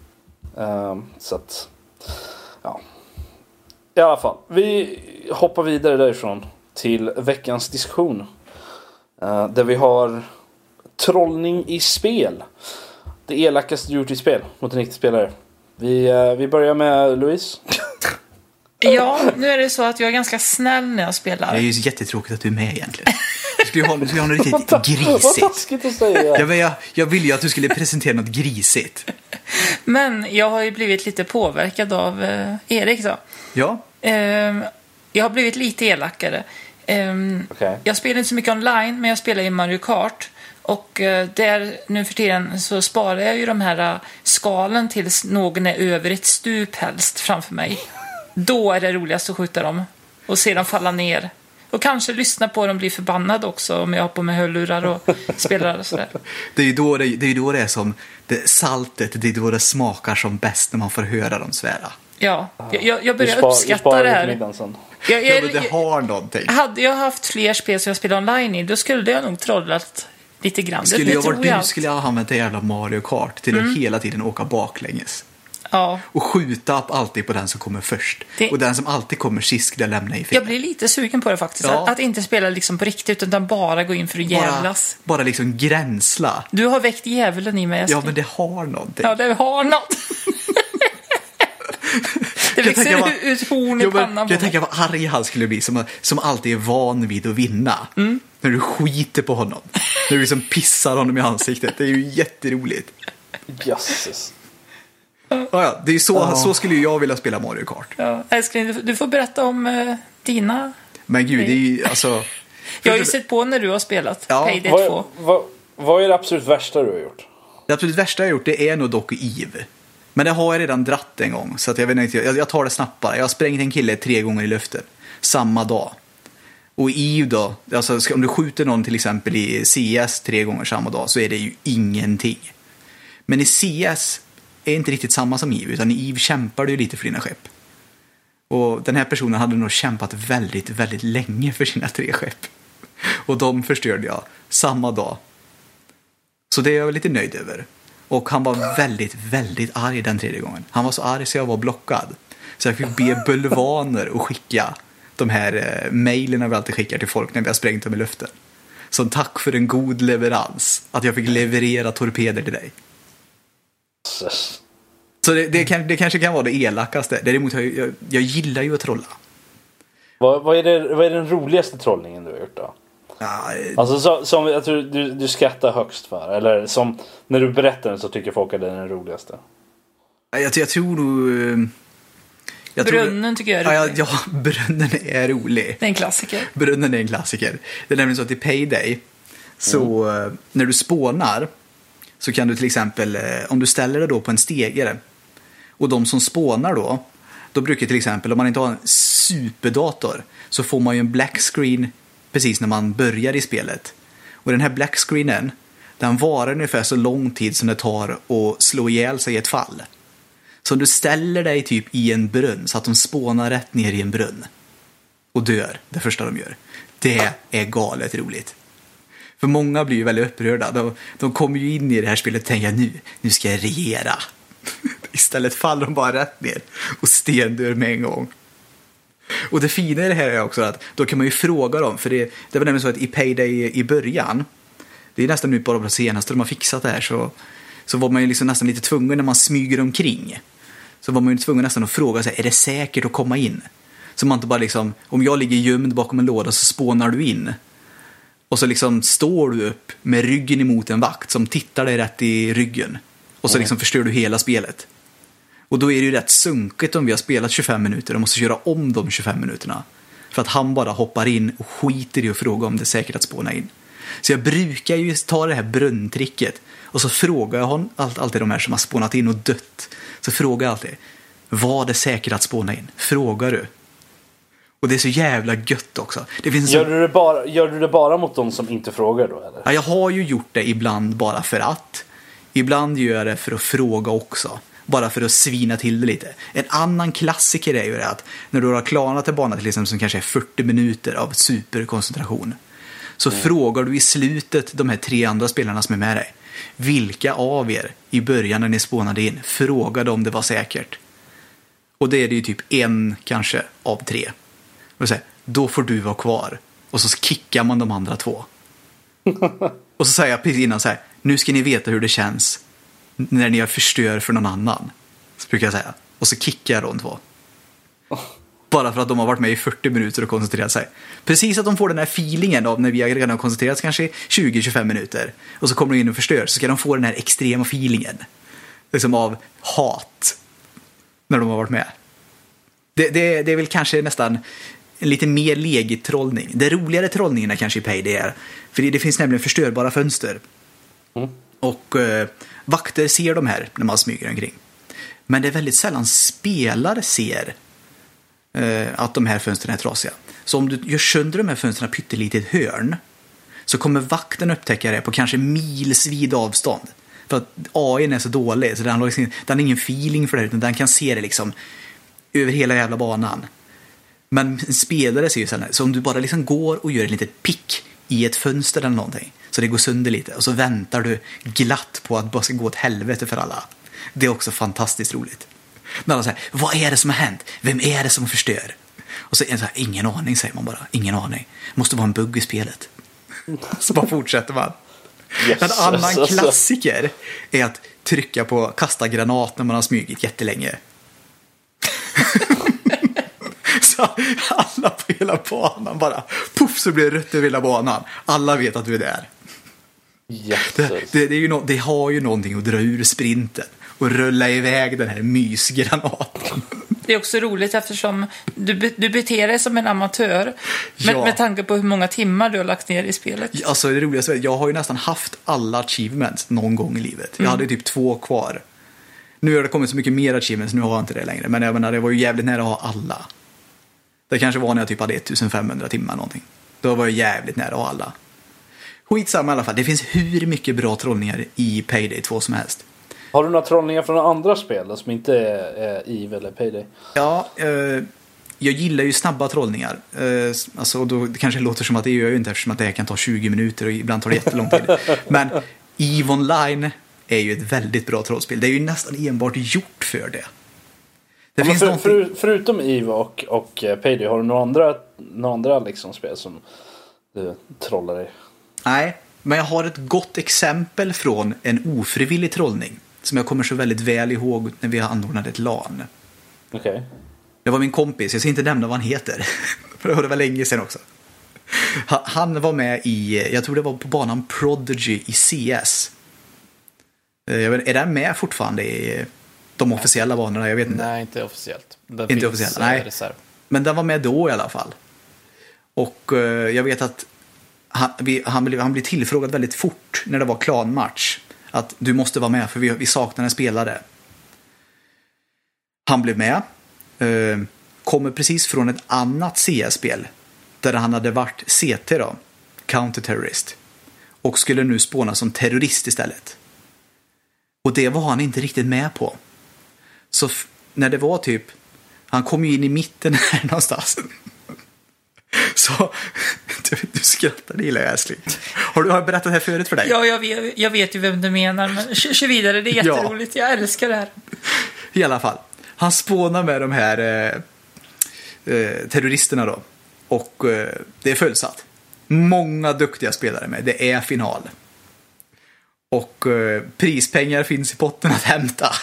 Um, så att, ja. I alla fall, vi hoppar vidare därifrån till veckans diskussion. Uh, där vi har trollning i spel. Det elakaste du gjort i spel mot en riktig spelare. Vi, uh, vi börjar med Louise. Ja, nu är det så att jag är ganska snäll när jag Det spelar. är ju jättetråkigt att du är med egentligen. Du skulle ju ha, du skulle ha något riktigt Vad grisigt. taskigt att säga. Ja, men jag, jag ville ju att du skulle presentera något grisigt. Men jag har ju blivit lite påverkad av eh, Erik då. Ja, Ehm, jag har blivit lite elakare. Ehm, Okej. Jag spelar inte så mycket online, men jag spelar i Mario Kart. Och eh, där nu för tiden så sparar jag ju de här eh, skalen tills någon är över ett stup helst framför mig. Då är det roligast att skjuta dem och se dem falla ner. Och kanske lyssna på dem, bli förbannad också om jag har på mig hörlurar och spelar och sådär. det är ju då det, det, är ju då det är som det, saltet, det är då det smakar som bäst när man får höra dem svära. Ja, jag, jag, jag Du börjar spar- du uppskatta sparar det till här. middagen sen. Jag, Ja, jag, men det har någonting. hade jag haft fler spel som jag spelar online i, då skulle jag nog trollat lite grann. Skulle det jag tror varit du jag. skulle jag ha använt det jävla Mario Kart till att hela tiden åka baklänges. Ja, Och skjuta upp alltid på den som kommer först. Det- Och den som alltid kommer sist skulle jag lämna i fel. jag blir lite sugen på det faktiskt. Ja. Att, att inte spela liksom på riktigt utan bara gå in för att bara, jävlas. bara liksom gränsla. Du har väckt djävulen i mig, Ja, älskling. men det har någonting. Ja, det har något. Det Jag tänker växer bara- ut horn i Jo, men pannan på jag mig. tänker vad arg han skulle bli som, som alltid är van vid att vinna. Mm. När du skiter på honom. När du liksom pissar honom i ansiktet. Det är ju jätteroligt. Jösses. Ja, ja, det är ju så, oh. så skulle ju jag vilja spela Mario Kart. Ja, älskling, du får berätta om uh, dina. Men gud, det är ju alltså... Jag har ju sett på när du har spelat ja. Payday vad, två. Vad, vad är det absolut värsta du har gjort? Det absolut värsta jag har gjort, det är nog dock Eve. Men det har jag redan dratt en gång. Så att jag, vet inte, jag, jag tar det snabbt bara. Jag har sprängt en kille tre gånger i luften. Samma dag. Och i Eve då, alltså om du skjuter någon till exempel i C S tre gånger samma dag så är det ju ingenting. Men i C S är inte riktigt samma som Eve, utan i Eve kämpar du ju lite för dina skepp. Och den här personen hade nog kämpat väldigt, väldigt länge för sina tre skepp. Och de förstörde jag samma dag. Så det är jag lite nöjd över. Och han var väldigt, väldigt arg den tredje gången. Han var så arg så jag var blockad. Så jag fick be bulvaner att skicka de här eh, mejlen vi alltid skickar till folk när vi har sprängt dem i luften. Som tack för en god leverans. Att jag fick leverera torpeder till dig. Så det, det, kan, det kanske kan vara det elakaste. Däremot jag, jag, jag gillar ju att trolla. Vad, vad, är det, vad är den roligaste trollningen du har gjort då? Ja, alltså så, som jag tror du, du skrattar högst för. Eller som när du berättar den så tycker folk att det är den roligaste. Jag, jag tror nog... Jag brunnen tror, tycker jag är rolig. Ja, ja, brunnen är rolig. Det är en klassiker. Brunnen är en klassiker. Det är nämligen så att i Payday så mm. när du spånar så kan du till exempel, om du ställer det då på en stegare och de som spånar då, då brukar till exempel, om man inte har en superdator så får man ju en black screen precis när man börjar i spelet. Och den här black screenen, den varar ungefär så lång tid som det tar att slå ihjäl sig i ett fall. Så om du ställer dig typ i en brunn så att de spånar rätt ner i en brunn och dör, det första de gör. Det är galet roligt. För många blir ju väldigt upprörda. De, de kommer ju in i det här spelet och tänker nu, nu ska jag regera. Istället faller de bara rätt ner och stendör med en gång. Och det fina i det här är också att då kan man ju fråga dem. För det, det var nämligen så att i Payday i början, det är nästan nu bara på det senaste de har fixat det här, så, så var man ju liksom nästan lite tvungen när man smyger omkring. Så var man ju tvungen nästan att fråga sig, är det säkert att komma in? Så man inte bara liksom, om jag ligger gömd bakom en låda så spånar du in. Och så liksom står du upp med ryggen emot en vakt som tittar dig rätt i ryggen. Och så liksom förstör du hela spelet. Och då är det ju rätt sunkigt om vi har spelat tjugofem minuter och måste köra om de tjugofem minuterna. För att han bara hoppar in och skiter i att fråga om det är säkert att spåna in. Så jag brukar ju ta det här brunntricket och så frågar jag hon, allt, alltid de här som har spånat in och dött. Så frågar jag alltid, var det säkert att spåna in? Frågar du? Och det är så jävla gött också. Det finns gör, så... du det bara, gör du det bara mot de som inte frågar då? Eller? Ja, jag har ju gjort det ibland bara för att. Ibland gör jag det för att fråga också. Bara för att svina till det lite. En annan klassiker är ju det att när du har klarat en bana till exempel som kanske är fyrtio minuter av superkoncentration. Så mm. frågar du i slutet de här tre andra spelarna som är med dig. Vilka av er i början när ni spånade in frågade om det var säkert? Och det är det ju typ en kanske av tre. Och så här, då får du vara kvar. Och så kickar man de andra två. Och så säger jag precis innan så här, nu ska ni veta hur det känns när ni har förstör för någon annan. Så brukar jag säga. Och så kickar jag de två. Bara för att de har varit med i fyrtio minuter och koncentrerat sig. Precis att de får den här feelingen av när vi har redan koncentrerat kanske tjugo till tjugofem minuter. Och så kommer de in och förstör. Så ska de få den här extrema feelingen. Liksom av hat. När de har varit med. Det, det, det är väl kanske nästan en lite mer legit trollning. Det roligare trollningen är kanske i Payday är. För det, det finns nämligen förstörbara fönster. Mm. Och eh, vakter ser de här när man smyger omkring. Men det är väldigt sällan spelare ser eh, att de här fönstren är trasiga. Så om du gör sönder de här fönstren pyttelite i ett hörn så kommer vakten upptäcka det på kanske milsvid avstånd. För att A I är så dålig så den har, liksom, den har ingen feeling för det utan den kan se det liksom över hela jävla banan. Men en spelare ser ju sällan. Så om du bara liksom går och gör ett litet pick i ett fönster eller någonting så det går sönder lite och så väntar du glatt på att det bara ska gå åt helvete för alla. Det är också fantastiskt roligt. När alla säger, vad är det som har hänt? Vem är det som förstör? Och så är det så här, ingen aning säger man bara. Ingen aning. Måste vara en bugg i spelet. Så bara fortsätter man. Yes, en annan yes, klassiker är att trycka på kasta granat när man har smugit jättelänge. Så alla på hela banan bara puff så blir det rött över hela banan. Alla vet att du är där. Yes. Det, det, det, är ju no, det har ju någonting att dra ur sprinten och rulla iväg den här mysgranaten. Det är också roligt eftersom du, du beter dig som en amatör med, Ja. med tanke på hur många timmar du har lagt ner i spelet. Alltså det roligaste är att jag har ju nästan haft alla achievements någon gång i livet. Jag hade typ två kvar. Nu har det kommit så mycket mer achievements, nu har jag inte det längre. Men jag menar, det var ju jävligt nära att ha alla. Det kanske var när jag typ hade femtonhundra timmar någonting. Då var jag jävligt nära att ha alla. Skitsamma i alla fall. Det finns hur mycket bra trollningar i Payday två som helst. Har du några trollningar från andra spel som inte är, är Eve eller Payday? Ja, eh, jag gillar ju snabba trollningar. Eh, alltså, då, det kanske låter som att det gör jag inte eftersom att det här kan ta tjugo minuter och ibland tar det jättelång tid. Men Eve Online är ju ett väldigt bra trollspel. Det är ju nästan enbart gjort för det. Det Ja, finns för, någonting... för, förutom Eve och, och Payday, har du några andra, några andra liksom spel som du trollar i? Nej, men jag har ett gott exempel från en ofrivillig trollning som jag kommer så väldigt väl ihåg när vi anordnade ett LAN. Okej. Okay. Det var min kompis, jag ska inte nämna vad han heter. För det var länge sedan också. Han var med i, jag tror det var på banan Prodigy i C S. Jag vet, är den med fortfarande i de officiella banorna? Jag vet inte. Nej, inte officiellt. Den inte finns, officiellt, nej. Reserv. Men den var med då i alla fall. Och uh, jag vet att han, vi, han, blev, han blev tillfrågad väldigt fort när det var klanmatch. Att du måste vara med för vi, vi saknar en spelare. Han blev med. Uh, kommer precis från ett annat C S-spel. Där han hade varit C T då. Counter-terrorist. Och skulle nu spåna som terrorist istället. Och det var han inte riktigt med på. Så f- när det var typ... Han kom ju in i mitten här någonstans. Så... Du, du skrattar, det gillar jag, Ashley. Har du har jag berättat det här förut för dig? Ja, jag vet, jag vet ju vem du menar, men kör, kör vidare, det är jätteroligt. Jag älskar det här. I alla fall. Han spånar med de här eh, eh, terroristerna då. Och eh, det är fullsatt. Många duktiga spelare med. Det är final. Och eh, prispengar finns i potten att hämta.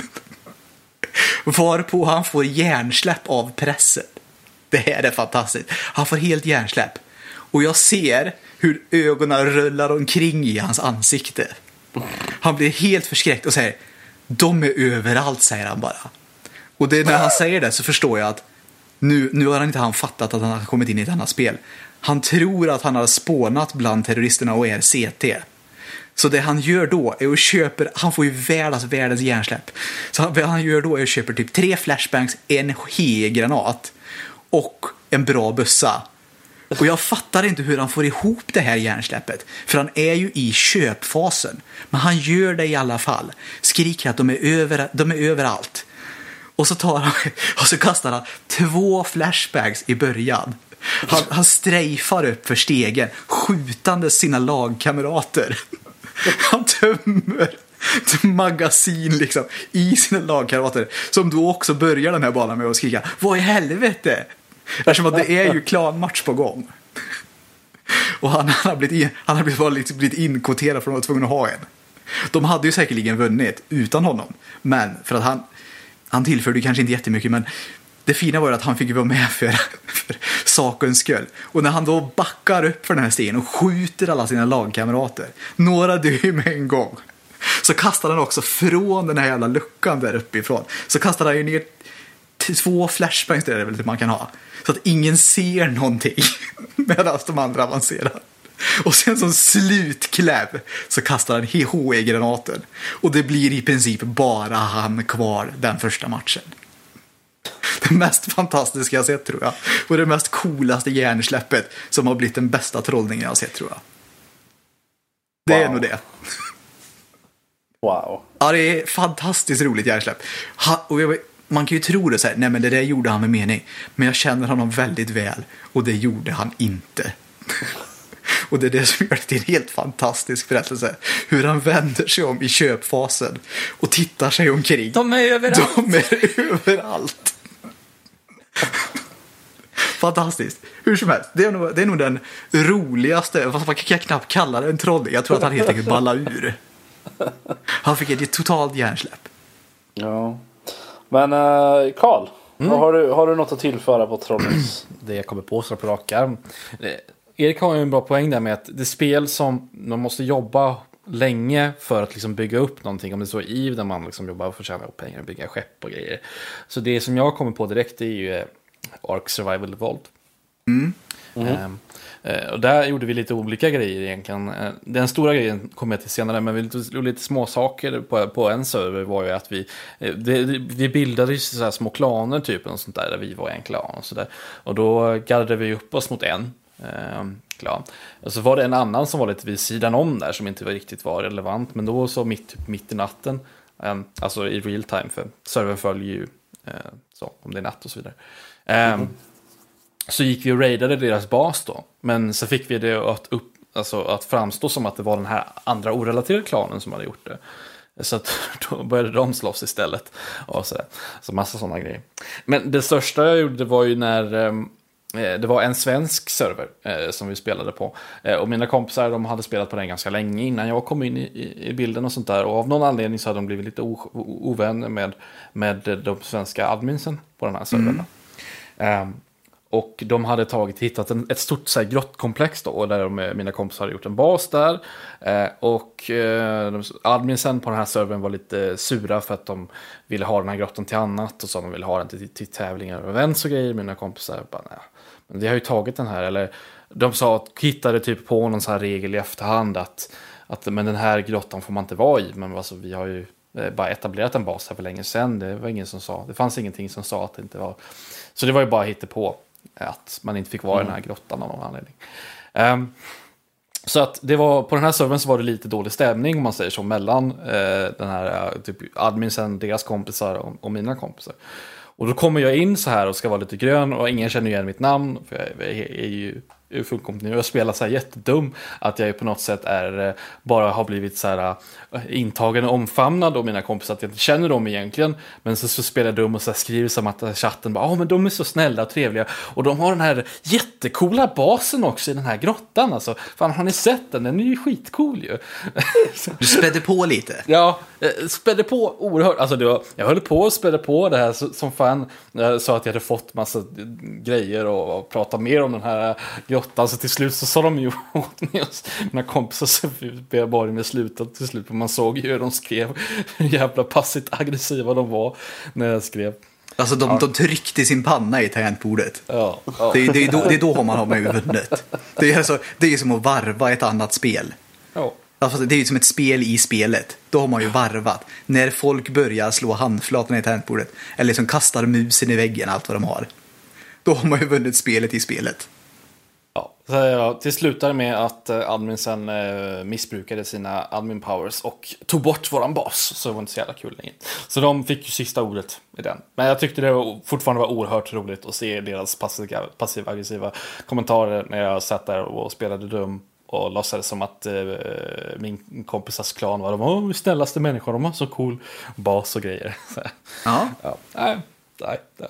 Varpå han får hjärnsläpp av pressen. Det här är fantastiskt. Han får helt hjärnsläpp. Och jag ser hur ögonen rullar omkring i hans ansikte. Han blir helt förskräckt och säger: de är överallt, säger han bara. Och det, när han säger det så förstår jag att nu, nu har han inte han fattat att han har kommit in i ett annat spel. Han tror att han har spånat bland terroristerna och är C T. Så det han gör då är att köper, han får ju världens, världens hjärnsläpp. Så han, vad han gör då är att köper typ tre flashbangs, en H-granat och en bra bussa. Och jag fattar inte hur han får ihop det här hjärnsläppet. För han är ju i köpfasen. Men han gör det i alla fall. Skriker att de är, över, de är överallt. Och så tar han, och så kastar han två flashbangs i början. Han, han strejfar upp för stegen, skjutande sina lagkamrater. Han tömmer magasin liksom i sina lagkamrater, som då också börjar den här banan med att skrika: vad i helvete? Eftersom att det är ju klanmatch på gång. Och han, han har blivit, in, han har blivit, liksom blivit inkvoterad för att de var tvungna att ha en. De hade ju säkerligen vunnit utan honom. Men för att han Han tillförde kanske inte jättemycket, men det fina var att han fick vara med för, för sakens skull. Och när han då backar upp för den här stenen och skjuter alla sina lagkamrater, några dör med en gång, så kastar han också från den här jävla luckan där uppifrån. Så kastar han ju ner två flashbangs, det är det väl man kan ha, så att ingen ser någonting medan de andra avancerar. Och sen som slutkläm så kastar han H E-granaten. Och det blir i princip bara han kvar den första matchen. Det mest fantastiska jag sett, tror jag. Och det mest coolaste hjärnsläppet som har blivit den bästa trollningen jag har sett, tror jag. Det är Wow. nog det. Wow. Ja, det är fantastiskt roligt hjärnsläpp. Ha, och jag, man kan ju tro det så här: nej men det där gjorde han med mening. Men jag känner honom väldigt väl, och det gjorde han inte. Och det är det som gör det till en helt fantastisk berättelse. Hur han vänder sig om i köpfasen och tittar sig omkring. De är överallt. De är överallt. Fantastiskt. Hur som helst, det är nog, det är nog den roligaste, vad kan jag knappt kalla det en troll. Jag tror att han helt enkelt ballade ur. Han fick ett totalt hjärnsläpp. Ja. Men Karl, uh, mm. har, du, har du något att tillföra på trollens? Det jag kommer på så på rak arm. Erik har ju en bra poäng där med att det spel som man måste jobba länge för att liksom bygga upp någonting. Om det är så i där man liksom jobbar för att tjäna upp pengar och bygga skepp och grejer. Så det som jag kommer på direkt är ju eh, Ark Survival Evolved. Mm. Mm. Um, uh, och där gjorde vi lite olika grejer egentligen. Uh, den stora grejen kom jag till senare, men vi lite, lite små saker på, på en server var ju att vi uh, det, vi bildade ju så här små klaner typ och sånt där, där vi var en klan och så där. Och då gardrade vi upp oss mot en uh, klan. Och så var det en annan som var lite vid sidan om där som inte var riktigt var relevant, men då så mitt, typ, mitt i natten, um, alltså i real time, för servern följer ju uh, så, om det är natt och så vidare. Um, mm. Så gick vi och raidade deras bas då. Men så fick vi det att, upp, alltså att framstå som att det var den här andra orelaterade klanen som hade gjort det. Så att då började de slåss istället. Och så, så massa sådana grejer. Men det största jag gjorde var ju när eh, det var en svensk server eh, som vi spelade på. Eh, och mina kompisar, de hade spelat på den ganska länge innan jag kom in i, i, i bilden och sånt där. Och av någon anledning så hade de blivit lite o, o, ovänner med, med de svenska adminsen på den här servern. Mm. Um, Och de hade tagit, hittat en, ett stort så här, grottkomplex då, och där de, mina kompisar hade gjort en bas där. Eh, och eh, de, adminsen på den här servern var lite sura för att de ville ha den här grottan till annat. Och så de ville ha den till, till tävlingar och events och grejer. Mina kompisar bara, nej. Men vi har ju tagit den här. Eller de sa att hittade typ på någon sån här regel i efterhand att, att men den här grottan får man inte vara i. Men alltså, vi har ju eh, bara etablerat en bas här för länge sedan. Det var ingen som sa, det fanns ingenting som sa att det inte var. Så det var ju bara hittepå att man inte fick vara mm. i den här grottan av någon anledning. Um, så att det var, på den här servern så var det lite dålig stämning om man säger så, mellan uh, den här uh, typ adminsen, deras kompisar och, och mina kompisar. Och då kommer jag in så här och ska vara lite grön och ingen känner igen mitt namn, för jag är, är ju fullkomligt nu. Jag spelar så här jättedum att jag på något sätt är bara har blivit så här intagen och omfamnad av mina kompisar, att jag inte känner dem egentligen, men så, så spelar jag dum och så skriver som att chatten bara, ja men de är så snälla och trevliga och de har den här jättekola basen också i den här grottan, alltså fan, har ni sett den? Den är ju skitcool ju. Du spädde på lite. Ja, spädde på oerhört, alltså det var, jag höll på att spädda på det här som fan, så att jag hade fått massa grejer och, och prata mer om den här grottan, så till slut så sa de ju åt mig och mina kompisar, så jag bara med slutat till slut, man såg ju hur de skrev, hur jävla passivt aggressiva de var när jag skrev. Alltså de, ja. de tryckte sin panna i tangentbordet. Ja, ja. Det, det, är då, det är då man har med huvudet. Det är, alltså, det är som att varva ett annat spel. Ja. Alltså, det är ju som ett spel i spelet. Då har man ju varvat. När folk börjar slå handflatan i tangentbordet, eller som kastar musen i väggen, allt vad de har. Då har man ju vunnit spelet i spelet. Ja, så ja, till slutade med att uh, adminsen uh, missbrukade sina admin powers och tog bort våran bas, så det var inte så jävla kul längre. Så de fick ju sista ordet i den. Men jag tyckte det var, fortfarande var oerhört roligt att se deras passiva, passiva aggressiva kommentarer när jag satt där och spelade dum och låtsades som att uh, min kompisars klan var de oh, snällaste människor, de har så cool bas och grejer. Så, ja. ja. Nej, nej, nej.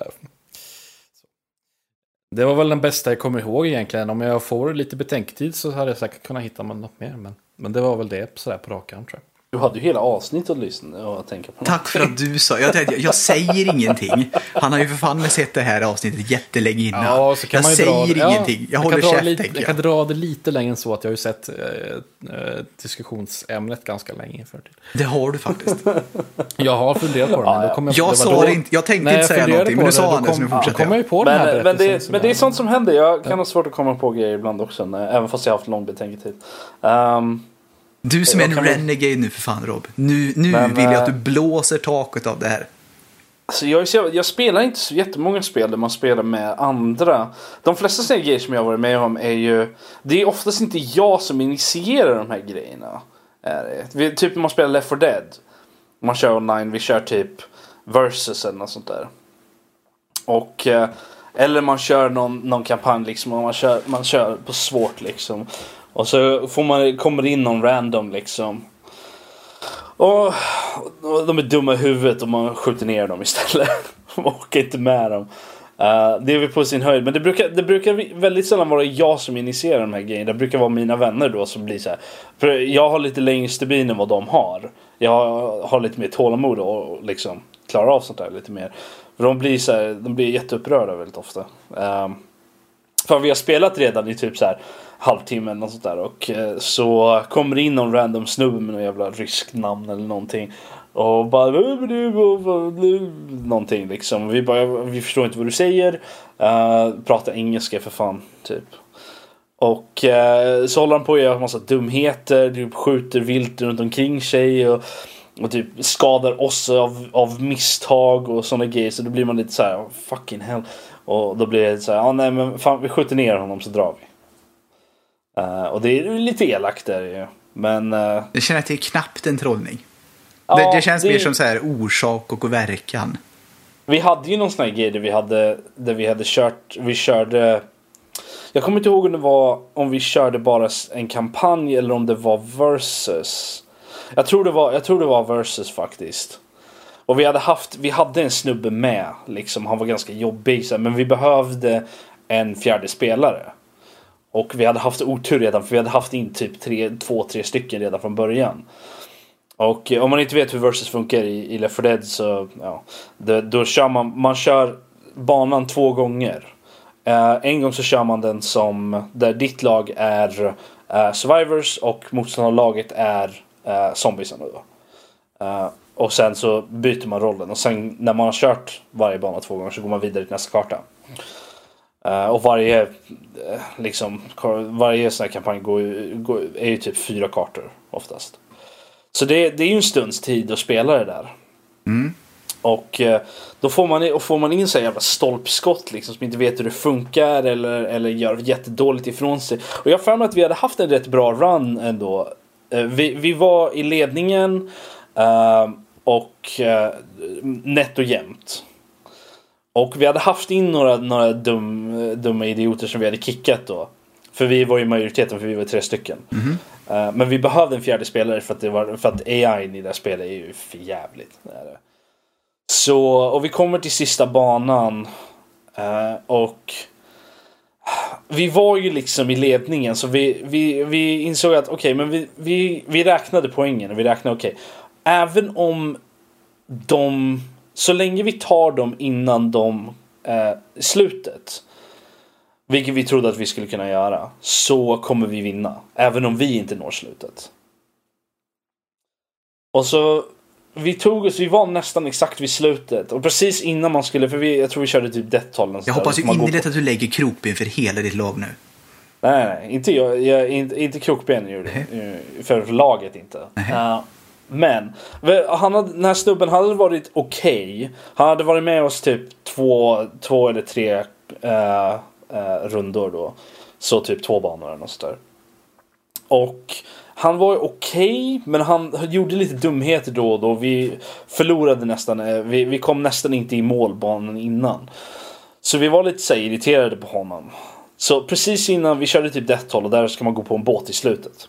Det var väl den bästa jag kommer ihåg egentligen. Om jag får lite betänketid så hade jag säkert kunnat hitta något mer. Men, men det var väl det sådär på rakan, tror jag. Du hade ju hela avsnittet att lyssna och tänka på. Tack för att du sa. Jag, jag, jag säger ingenting. Han har ju för fan sett det här avsnittet jättelänge innan. Ja, så kan jag man ju säger dra, ingenting. Jag, jag håller käft, lite, tänker jag. Jag kan dra det lite längre än så att jag har ju sett eh, eh, diskussionsämnet ganska länge inför till. Det har du faktiskt. Jag har funderat på det. Men då kom jag, jag det sa då, det inte. Jag tänkte inte säga någonting, men du sa det, så nu fortsätter jag. Kom jag på men, den här men, det, men det är jag... sånt som händer. Jag kan ha svårt att komma på grejer ibland också, även fast jag har haft lång betänketid. Um, Du som är en renegade nu för fan, Rob. Nu, nu men, vill jag att du blåser taket av det här. Alltså jag, jag spelar inte så jättemånga spel där man spelar med andra. De flesta sådana grejer som jag har varit med om är ju... Det är oftast inte jag som initierar de här grejerna. Vi, typ när man spelar Left four Dead. Man kör online, vi kör typ Versus eller något sånt där. Och... Eller man kör någon, någon kampanj liksom, och man kör, man kör på svårt liksom. Och så får man, kommer det in någon random liksom. Och, och de är dumma i huvudet och man skjuter ner dem istället. Man åker inte med dem. Uh, det är väl på sin höjd. Men det brukar, det brukar väldigt sällan vara jag som initierar de här grejerna. Det brukar vara mina vänner då som blir så här. För jag har lite längre stubin än vad de har. Jag har lite mer tålamod och liksom klarar av sånt där lite mer. För de blir så här, de blir jätteupprörda väldigt ofta. Uh, för vi har spelat redan i typ så här halvtimme eller något sånt där. Och eh, så kommer det in någon random snubbe med någon jävla rysk namn eller någonting. Och bara någonting liksom. Vi bara, vi förstår inte vad du säger. Uh, prata engelska för fan, typ. Och uh, så håller han på att göra en massa dumheter. Typ skjuter vilt runt omkring sig. Och, och typ skadar oss av, av misstag och sådana grejer. Så då blir man lite så här, oh, fucking hell. Och då blir det så här, ja ah, nej men fan, vi skjuter ner honom så drar vi. Uh, och det är lite elakt där ju. Men... Uh, jag känner att det är knappt en trollning. Ja, det, det känns det... mer som så här orsak och verkan. Vi hade ju någon sån här grej där vi hade, där vi hade kört, vi körde, jag kommer inte ihåg om det var, om vi körde bara en kampanj eller om det var versus. Jag tror det var, jag tror det var versus faktiskt. Och vi hade haft, vi hade en snubbe med, liksom, han var ganska jobbig så här, men vi behövde en fjärde spelare. Och vi hade haft otur redan, för vi hade haft in typ tre, två, tre stycken redan från början. Och om man inte vet hur versus funkar i, i Left four Dead så ja, det, då kör man, man kör banan två gånger. Uh, en gång så kör man den som där ditt lag är uh, survivors och motståndarlaget är uh, zombiesarna då. Uh, och sen så byter man rollen och sen när man har kört varje bana två gånger så går man vidare till nästa karta. Uh, och varje uh, liksom varje sån här kampanj går, går, är ju typ fyra kartor oftast. Så det, det är ju en stunds tid att spela det där. Mm. Och eh, då får man, och får man in så här jävla stolpskott liksom, som inte vet hur det funkar eller, eller gör jättedåligt ifrån sig. Och jag för mig att vi hade haft en rätt bra run ändå. Eh, vi, vi var i ledningen eh, och eh, nätt och jämnt. Och vi hade haft in några, några dum, dumma idioter som vi hade kickat då. För vi var ju majoriteten, för vi var tre stycken. Mm-hmm. Uh, men vi behövde en fjärde spelare för att, det var, för att A I i det här spelet är ju för jävligt. Så, och vi kommer till sista banan. Uh, och vi var ju liksom i ledningen. Så vi, vi, vi insåg att okej, okay, men vi, vi, vi räknade poängen. Och vi räknade okej. Okay, även om de, så länge vi tar dem innan de uh, slutet, vilket vi trodde att vi skulle kunna göra, så kommer vi vinna. Även om vi inte når slutet. Och så vi tog oss, vi var nästan exakt vid slutet. Och precis innan man skulle, för vi, jag tror vi körde typ Death-tollen. Jag hoppas ju indirekt att du lägger krokben för hela ditt lag nu. Nej, nej, inte jag, jag inte, inte krokben gjorde för laget inte. Uh, men han hade, den här snubben hade varit okej. Okay. Han hade varit med oss typ två, två eller tre uh, Uh, rundor då. Så typ två banor eller något så där. Och han var okej, okay, men han gjorde lite dumheter då och då. Vi förlorade nästan, uh, vi, vi kom nästan inte i målbanan innan. Så vi var lite så här irriterade på honom. Så precis innan vi körde typ Death Toll, och där ska man gå på en båt i slutet.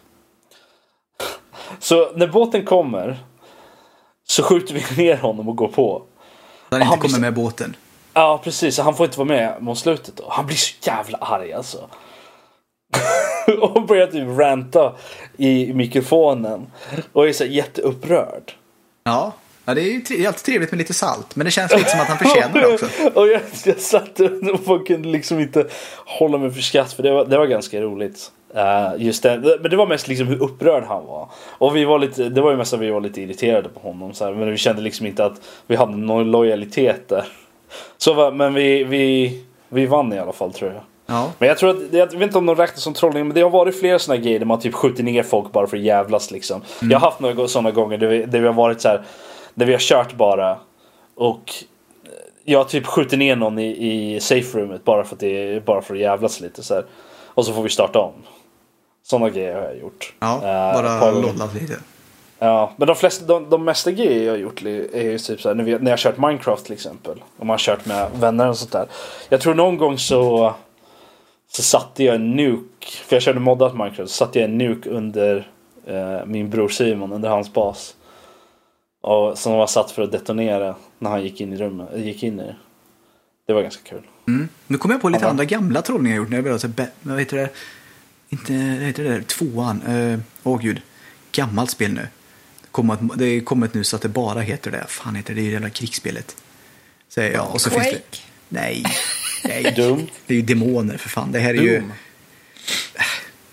Så när båten kommer så skjuter vi ner honom och går på. Han inte kommer med båten. Ja, precis. Han får inte vara med mot slutet då. Han blir så jävla arg alltså. Och börjar typ ranta i mikrofonen. Och är så jätteupprörd. Ja, ja det är ju tre- alltid trevligt med lite salt. Men det känns lite som att han förtjänar det också. Och jag, jag satt och kunde liksom inte hålla mig för skratt. För det var, det var ganska roligt. Uh, just det. Men det var mest liksom hur upprörd han var. Och vi var lite, det var ju mest att vi var lite irriterade på honom så här. Men vi kände liksom inte att vi hade någon lojalitet där. Så, men vi, vi, vi vann i alla fall, tror jag. Ja. Men jag tror att, jag vet inte om de räknas som trollning, men det har varit flera såna grejer där man typ skjuter ner folk bara för att jävlas liksom. Mm. Jag har haft några sådana gånger där vi, där vi har varit så här, där vi har kört bara och jag typ skjuter ner någon i, i safe roomet bara för att det bara för att jävlas lite så här. Och så får vi starta om. Sådana grejer har jag gjort. Ja, uh, bara lollat lite. Ja, men de flesta, de, de mesta grejer jag har gjort är ju typ så här, när, vi, när jag har kört Minecraft till exempel. Och man har kört med vänner och sånt där. Jag tror någon gång så så satte jag en nuke, för jag körde moddat Minecraft, så satte jag en nuke under eh, min bror Simon, under hans bas. Och som var satt för att detonera när han gick in i rummet, gick in i. Det var ganska kul. Mm. Nu kommer jag på lite ja, andra gamla trollningar jag gjort när jag började så be- vad heter det? Inte vad heter det där? Tvåan. Åh uh, oh, gud. Gammalt spel nu. Kommit, det är kommit nu så att det bara heter det. Fan heter det, det är ju det jävla krigsspelet. Säger jag. Och så Quake? finns det... Nej. Nej. Doom. Det är ju demoner för fan. Det här är Doom. ju...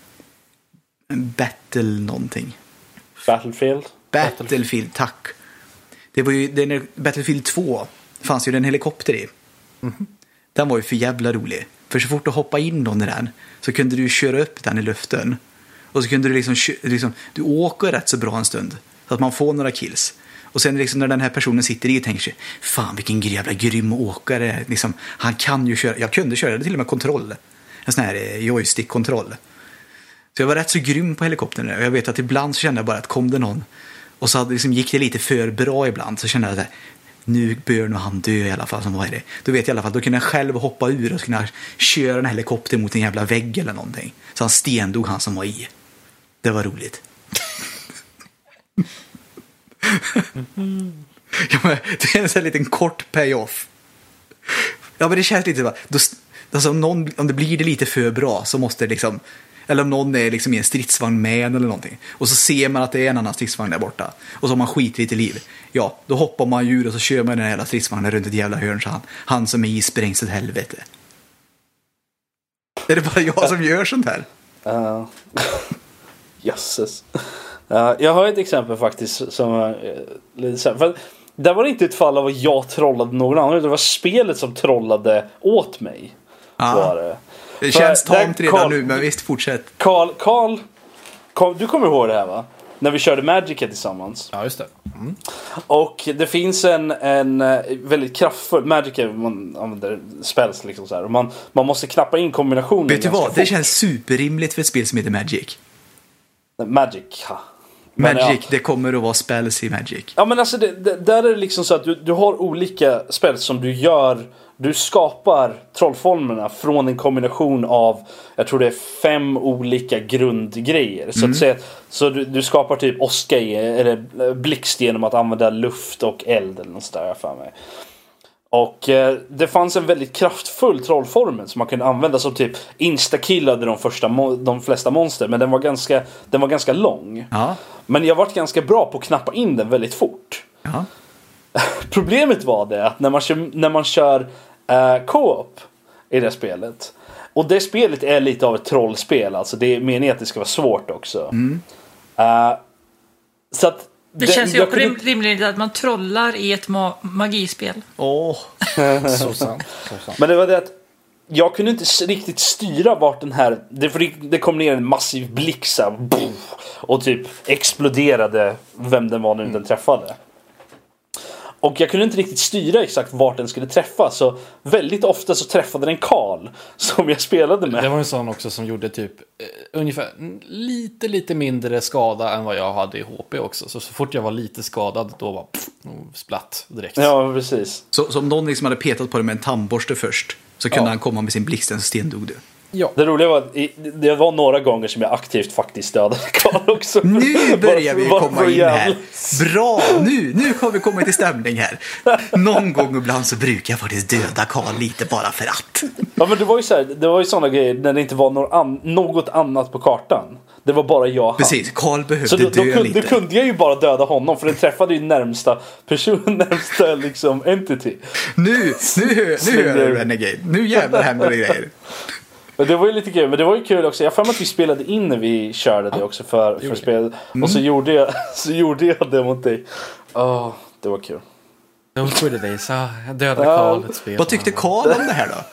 Battle någonting. Battlefield. Battlefield, tack. Det var ju, den, Battlefield två fanns ju en helikopter i. Mm-hmm. Den var ju för jävla rolig. För så fort du hoppade in någon i den så kunde du köra upp den i luften. Och så kunde du liksom, liksom du åker rätt så bra en stund. Så att man får några kills. Och sen liksom när den här personen sitter i och tänker sig, fan vilken jävla grym åkare. Liksom, han kan ju köra, jag kunde köra det till och med kontroll. En sån här joystick-kontroll. Så jag var rätt så grym på helikoptern. Och jag vet att ibland så kände jag bara att kom det någon. Och så hade, liksom, gick det lite för bra ibland. Så kände jag att nu bör nog han dö i alla fall. Som var det. Då vet jag i alla fall, då kunde jag själv hoppa ur och kunna köra en helikopter mot en jävla vägg eller någonting. Så han stendog han som var i. Det var roligt. Ja, men det är en sån här liten kort payoff. Ja, men det känns lite bara, då, alltså, om, någon, om det blir det lite för bra så måste det liksom, eller om någon är liksom i en stridsvagn med eller någonting och så ser man att det är en annan stridsvagn där borta och så har man skit lite liv, ja, då hoppar man djur och så kör man den här jävla stridsvagnen runt ett jävla hörn så han, han som är i sprängs ett helvete. Är det bara jag som gör sånt här? Uh, jösses. Uh, jag har ett exempel faktiskt som uh, lite så här, för där var det inte ett fall av att jag trollade någon annan, det var spelet som trollade åt mig. Ah. Var det. Det känns För, tamt redan Carl, nu, men visst, fortsätt. Carl, Carl, Carl, du kommer ihåg det här va? När vi körde Magica tillsammans. Ja, just det. Mm. Och det finns en, en väldigt kraftfull Magica, man använder spells liksom så här. Och man, man måste knappa in kombinationen. Vet du vad? fort. Det känns superrimligt för ett spel som heter Magic. Magica. Men, Magic, ja. det kommer att vara spells i Magic. Ja, men alltså det, det, där är det liksom så att du, du har olika spel som du gör. Du skapar trollformerna från en kombination av, jag tror det är fem olika grundgrejer. Så Mm. att säga, så du, du skapar typ åska eller blixt genom att använda luft och eld eller något sådär för mig. Och eh, det fanns en väldigt kraftfull trollformel som man kunde använda som typ instakillade de första de flesta monster, men den var ganska den var ganska lång. Ja. Men jag varit ganska bra på att knappa in den väldigt fort. Ja. Problemet var det att när man kör, när man kör uh, co-op i det spelet, och det spelet är lite av ett trollspel, alltså det är meningen att det ska vara svårt också. Mm. Uh, så att Det, det känns ju också kunde... rimligt att man trollar i ett ma- magispel. Åh. Så sant. Så sant. Men det var det att jag kunde inte riktigt styra vart den här, det, för det kom ner en massiv blixt och typ exploderade vem den var nu den träffade. Och jag kunde inte riktigt styra exakt vart den skulle träffa, så väldigt ofta så träffade den Karl som jag spelade med. Det var en sån också som gjorde typ eh, ungefär lite lite mindre skada än vad jag hade i H P också. Så så fort jag var lite skadad då var pff, splatt direkt. Ja, precis. Så, så om någon liksom hade petat på det med en tandborste först så kunde Ja. han komma med sin blixten, så stendog du. Ja. Det roliga var att det var några gånger som jag aktivt faktiskt dödade Karl också. Nu börjar vi Bara- bara komma för in här. jävlas. Bra, nu, nu kommer vi komma till stämning här. Någon gång ibland så brukar jag faktiskt döda Karl lite bara för att. Ja, men det var ju så här, det var ju såna grejer när det inte var något, an, något annat på kartan. Det var bara jag och han. Precis, Karl behövde Så då, då, dö kunde, lite. då kunde jag ju bara döda honom, för den träffade ju närmsta person, närmsta liksom entity. Nu, nu, hör, nu hör du Renegade. Nu jävlar händer det grejer. Men det var ju lite kul, men det var ju kul också. Jag får att vi spelade in när vi körde det också för, för spel. Och så gjorde jag så gjorde jag det mot dig. Åh, det var kul. Don't quit it, Lisa. Jag dödade Ja. Karl ett spel. Vad tyckte Karl om det här då?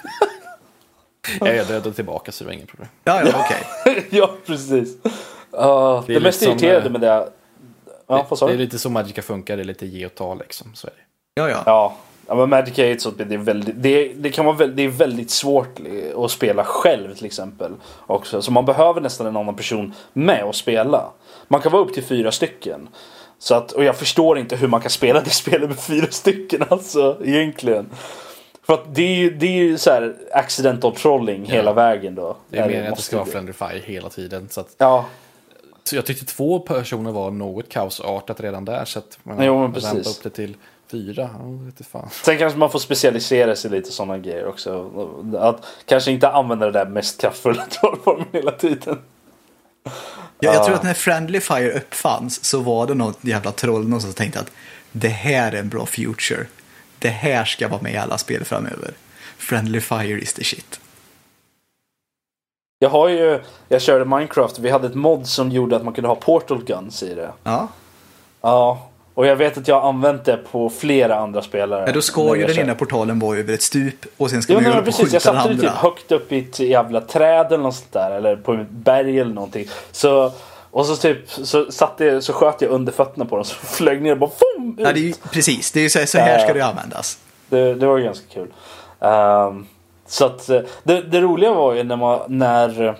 Ja, jag dödade tillbaka så det var inget problem. Ja, ja, okej. Ja, precis. Uh, det Det är mest liksom, irriterade eh, med det. Ja, vad sa Det är du? lite så Magica funkar, det är lite ge och ta liksom, så är det. Ja, ja. Ja. Ja, men Magic är ett sånt, det är väldigt, det, det kan vara väldigt, det är väldigt svårt att spela själv till exempel också. Så man behöver nästan en annan person med att spela. Man kan vara upp till fyra stycken. Så att, och jag förstår inte hur man kan spela det spelet med fyra stycken alltså, egentligen. För att det är ju, det är ju så här accidental trolling Ja. hela vägen då. Det är meningen att det måste ska vara bli. friendly fire hela tiden. Så, att, Ja, så jag tyckte två personer var något kaosartat redan där. Så att man Jo, men rampar precis. upp det till fyra. Ja, vet inte fan. sen kanske man får specialisera sig lite sådana grejer också. Att kanske inte använda det där mest kraftfulla trollformen hela tiden. Jag, jag tror att när Friendly Fire uppfanns så var det något jävla troll någon som tänkte att det här är en bra future. Det här ska vara med i alla spel framöver. Friendly Fire is the shit. Jag har ju, jag körde Minecraft, vi hade ett mod som gjorde att man kunde ha portal guns i det. Ja. Ja, och jag vet att jag har använt det på flera andra spelare. Ja, då ska ju den kör. ena portalen vara över ett stup och sen ska Ja, man ju men hålla på precis, och jag skjuta den satte det andra. typ högt upp i ett jävla träd eller något sånt där, eller på ett berg eller någonting. Så, och så typ, så satte jag, så sköt jag under fötterna på dem, så flög ner och bara fum, ut. Ja, det är ju, precis, det är ju så här, så här ska det ju användas. Det, det var ganska kul. Um, så att det, det roliga var ju när man när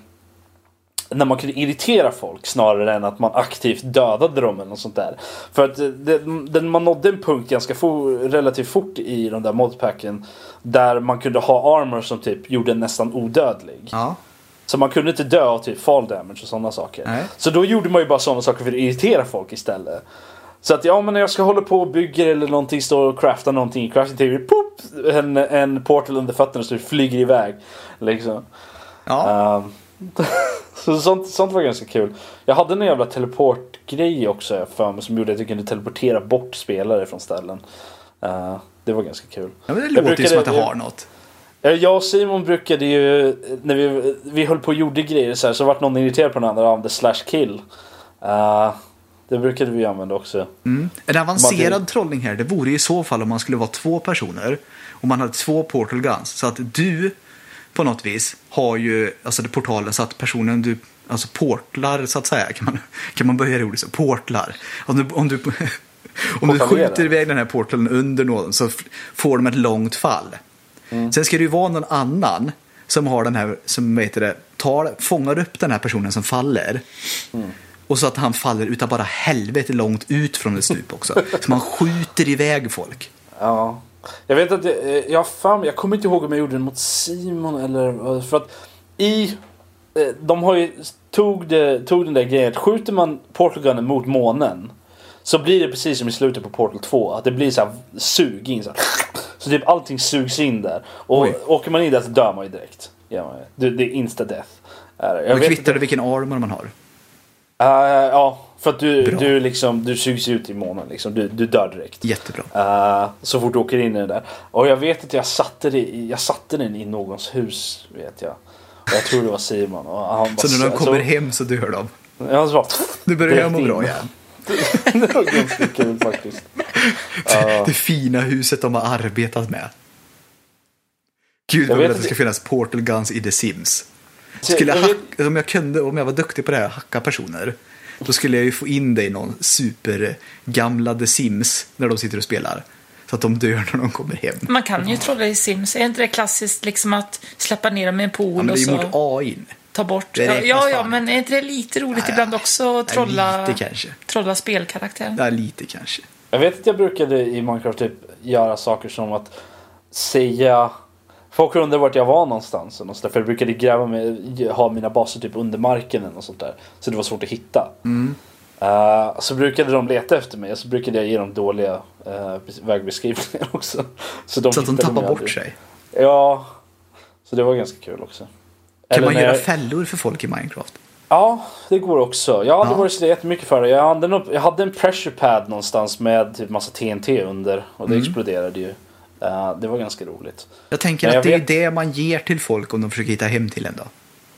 när man kunde irritera folk snarare än att man aktivt dödade dem eller något sånt där. För att det, det, man nådde en punkt ganska for, relativt fort i de där modpacken där man kunde ha armor som typ gjorde en nästan odödlig. Ja. Så man kunde inte dö av typ fall damage och sådana saker. Nej. Så då gjorde man ju bara sådana saker för att irritera folk istället. Så att ja, men när jag ska hålla på och bygga eller någonting, står och crafta någonting i crafting table, pop, en, en portal under fötterna så det flyger iväg liksom. Ja. Um, så sånt, sånt var ganska kul. Jag hade en jävla teleportgrej också för mig som gjorde att jag kunde teleportera bort spelare från ställen. Uh, det var ganska kul. Ja, men det Jag låter ju brukade- som att det har något. Jag och Simon brukade ju, när vi, vi höll på och gjorde grejer så här, så vart någon irriterad på den andra av the slash kill. Uh, det brukade vi använda också. Mm. En avancerad Man- trollning här, det vore i så fall om man skulle vara två personer och man hade två portal guns. Så att du på något vis har ju alltså det portalen så att personen du alltså portlar så att säga, kan man, kan man börja det ordet så, portlar. Om du, om du, om du skjuter iväg den här portalen under någon så f- får de ett långt fall. Mm. Sen ska det ju vara någon annan som har den här, som vet det, tar, fångar upp den här personen som faller. Mm. Och så att han faller utan bara helvete långt ut från ett stup också. Så man skjuter iväg folk. Ja. Jag vet att jag, jag, fan, jag kommer inte ihåg om jag gjorde det mot Simon eller för att i de har ju tog, det, tog den där grejen att skjuter man portalgunnen mot månen så blir det precis som i slutet på Portal två att det blir så här sug in så, här. Så typ allting sugs in där och Oj. Åker man in där så dör man ju direkt. Ja, det, det är insta death. Jag och kvittar det vilken armor man har? Uh, ja, för att du, du, liksom, du sugs ut i månen liksom. du, du dör direkt. Jättebra. Uh, så fort du åker in i det där. Och jag vet att jag satte, det i, jag satte den i någons hus, vet jag. Och jag tror det var Simon. Och han så bara, när de kommer så, hem så dör de? Ja, så bara, du börjar jag må bra igen. Det var ganska kul faktiskt. Uh, det fina huset de har arbetat med. Gud, jag vill att det ska finnas portal guns i The Sims. Skulle jag, jag hacka, om jag kunde, om jag var duktig på det här, hacka personer, då skulle jag ju få in det i någon super gamla The Sims när de sitter och spelar. Så att de dör när de kommer hem. Man kan ju trolla i Sims. Är inte det klassiskt liksom att släppa ner dem i en pool ja, men det är och så mot A I. ta bort? Det Ja, ja, ja, fan. men är inte det lite roligt Nej, ibland också att trolla, lite kanske. trolla spelkaraktär? Ja, lite kanske. Jag vet att jag brukade i Minecraft typ göra saker som att säga... Folk undrar vart jag var någonstans. För jag brukade gräva med, ha mina baser typ under marken och sånt där. Så det var svårt att hitta. Mm. Uh, så brukade de leta efter mig. Så brukade jag ge dem dåliga uh, vägbeskrivningar också. Så, de så att de tappar bort aldrig. sig. Ja. Så det var ganska kul också. Kan Eller man när... göra fällor för folk i Minecraft? Ja, det går också. Jag hade ja. varit så jättemycket för det. Jag hade, en, jag hade en pressure pad någonstans med typ massa T N T under. Och det mm. exploderade ju. Uh, det var ganska roligt. Jag tänker Men att jag det vet... är det man ger till folk om de försöker hitta hem till en då.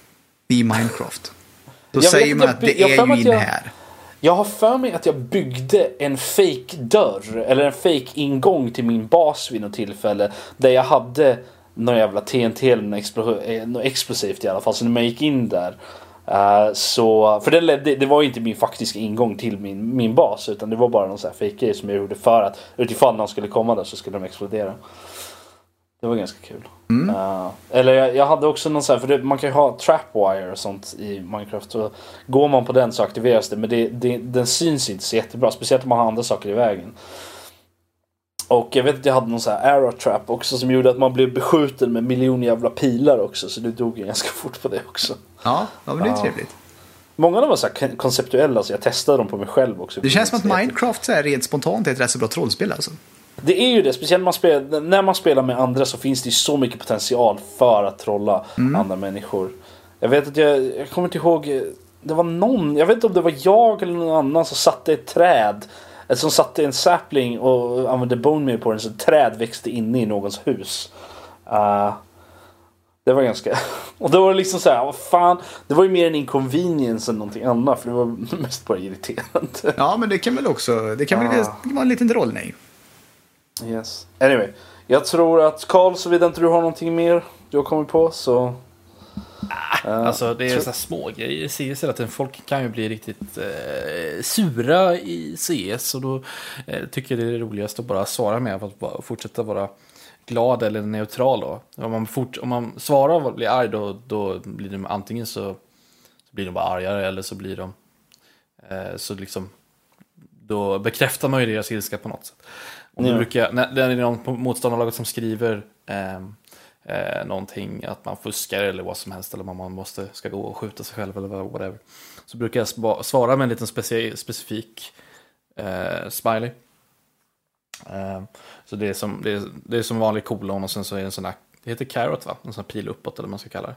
I Minecraft. Då jag säger man att att det jag är ju in jag... här. Jag har för mig att jag byggde en fake dörr eller en fake ingång till min bas vid något tillfälle där jag hade någon jävla T N T eller något, explo- något explosivt i alla fall. Så när man gick in där uh, så, för det, ledde, det var inte min faktiska ingång till min, min bas utan det var bara någon sån här fake grej som jag gjorde för att utifall någon skulle komma där så skulle de explodera. Det var ganska kul. Mm. Uh, eller jag, jag hade också någon sån här, för det, man kan ju ha trapwire och sånt i Minecraft. Så går man på den så aktiveras det. Men det, det, den syns inte så jättebra. Speciellt om man har andra saker i vägen. Och jag vet att jag hade någon sån här arrow trap också som gjorde att man blev beskjuten med miljoner jävla pilar också. Så det dog ju ganska fort på det också. Ja, ja men det är uh, trevligt. Många av dem var så här konceptuella så jag testade dem på mig själv också. Det känns som att Minecraft så här rent spontant är ett rätt så bra trollspel alltså. Det är ju det, speciellt man spelar, när man spelar med andra så finns det ju så mycket potential för att trolla mm. andra människor. Jag vet att jag, jag kommer inte ihåg, det var någon, jag vet inte om det var jag eller någon annan som satte ett träd, som satte en sapling och använde bone meal på den så ett träd växte inne i någons hus. Uh, Det var ganska... Och då var det liksom så här, vad fan, det var ju mer en inconvenience än någonting annat, för det var mest bara irriterande. Ja, men det kan väl också, det kan väl Ah. vara en liten drollning. Yes. Anyway, jag tror att Carl, såvida inte du har någonting mer du har kommit på, så... Uh, Alltså det är så här små grejer i C S hela tiden. Folk kan ju bli riktigt eh, sura i C S, och då eh, tycker jag det är roligast att bara svara med att bara fortsätta vara glad eller neutral då. Om man, fort, om man svarar och blir arg, då, då blir de antingen så, så blir de bara argare, eller så blir de eh, så liksom då bekräftar man ju deras ilska på något sätt. Och Ja. då brukar jag, när det är någon på motståndarlaget som skriver eh, Eh, någonting, att man fuskar eller vad som helst, eller om man måste, ska gå och skjuta sig själv eller whatever, så brukar jag spa- svara med en liten speci- specifik eh, smiley. Eh, så det är som det är, det är som vanlig kolon, och sen så är det en sån här, det heter carrot va? En sån här pil uppåt, eller vad man ska kalla det.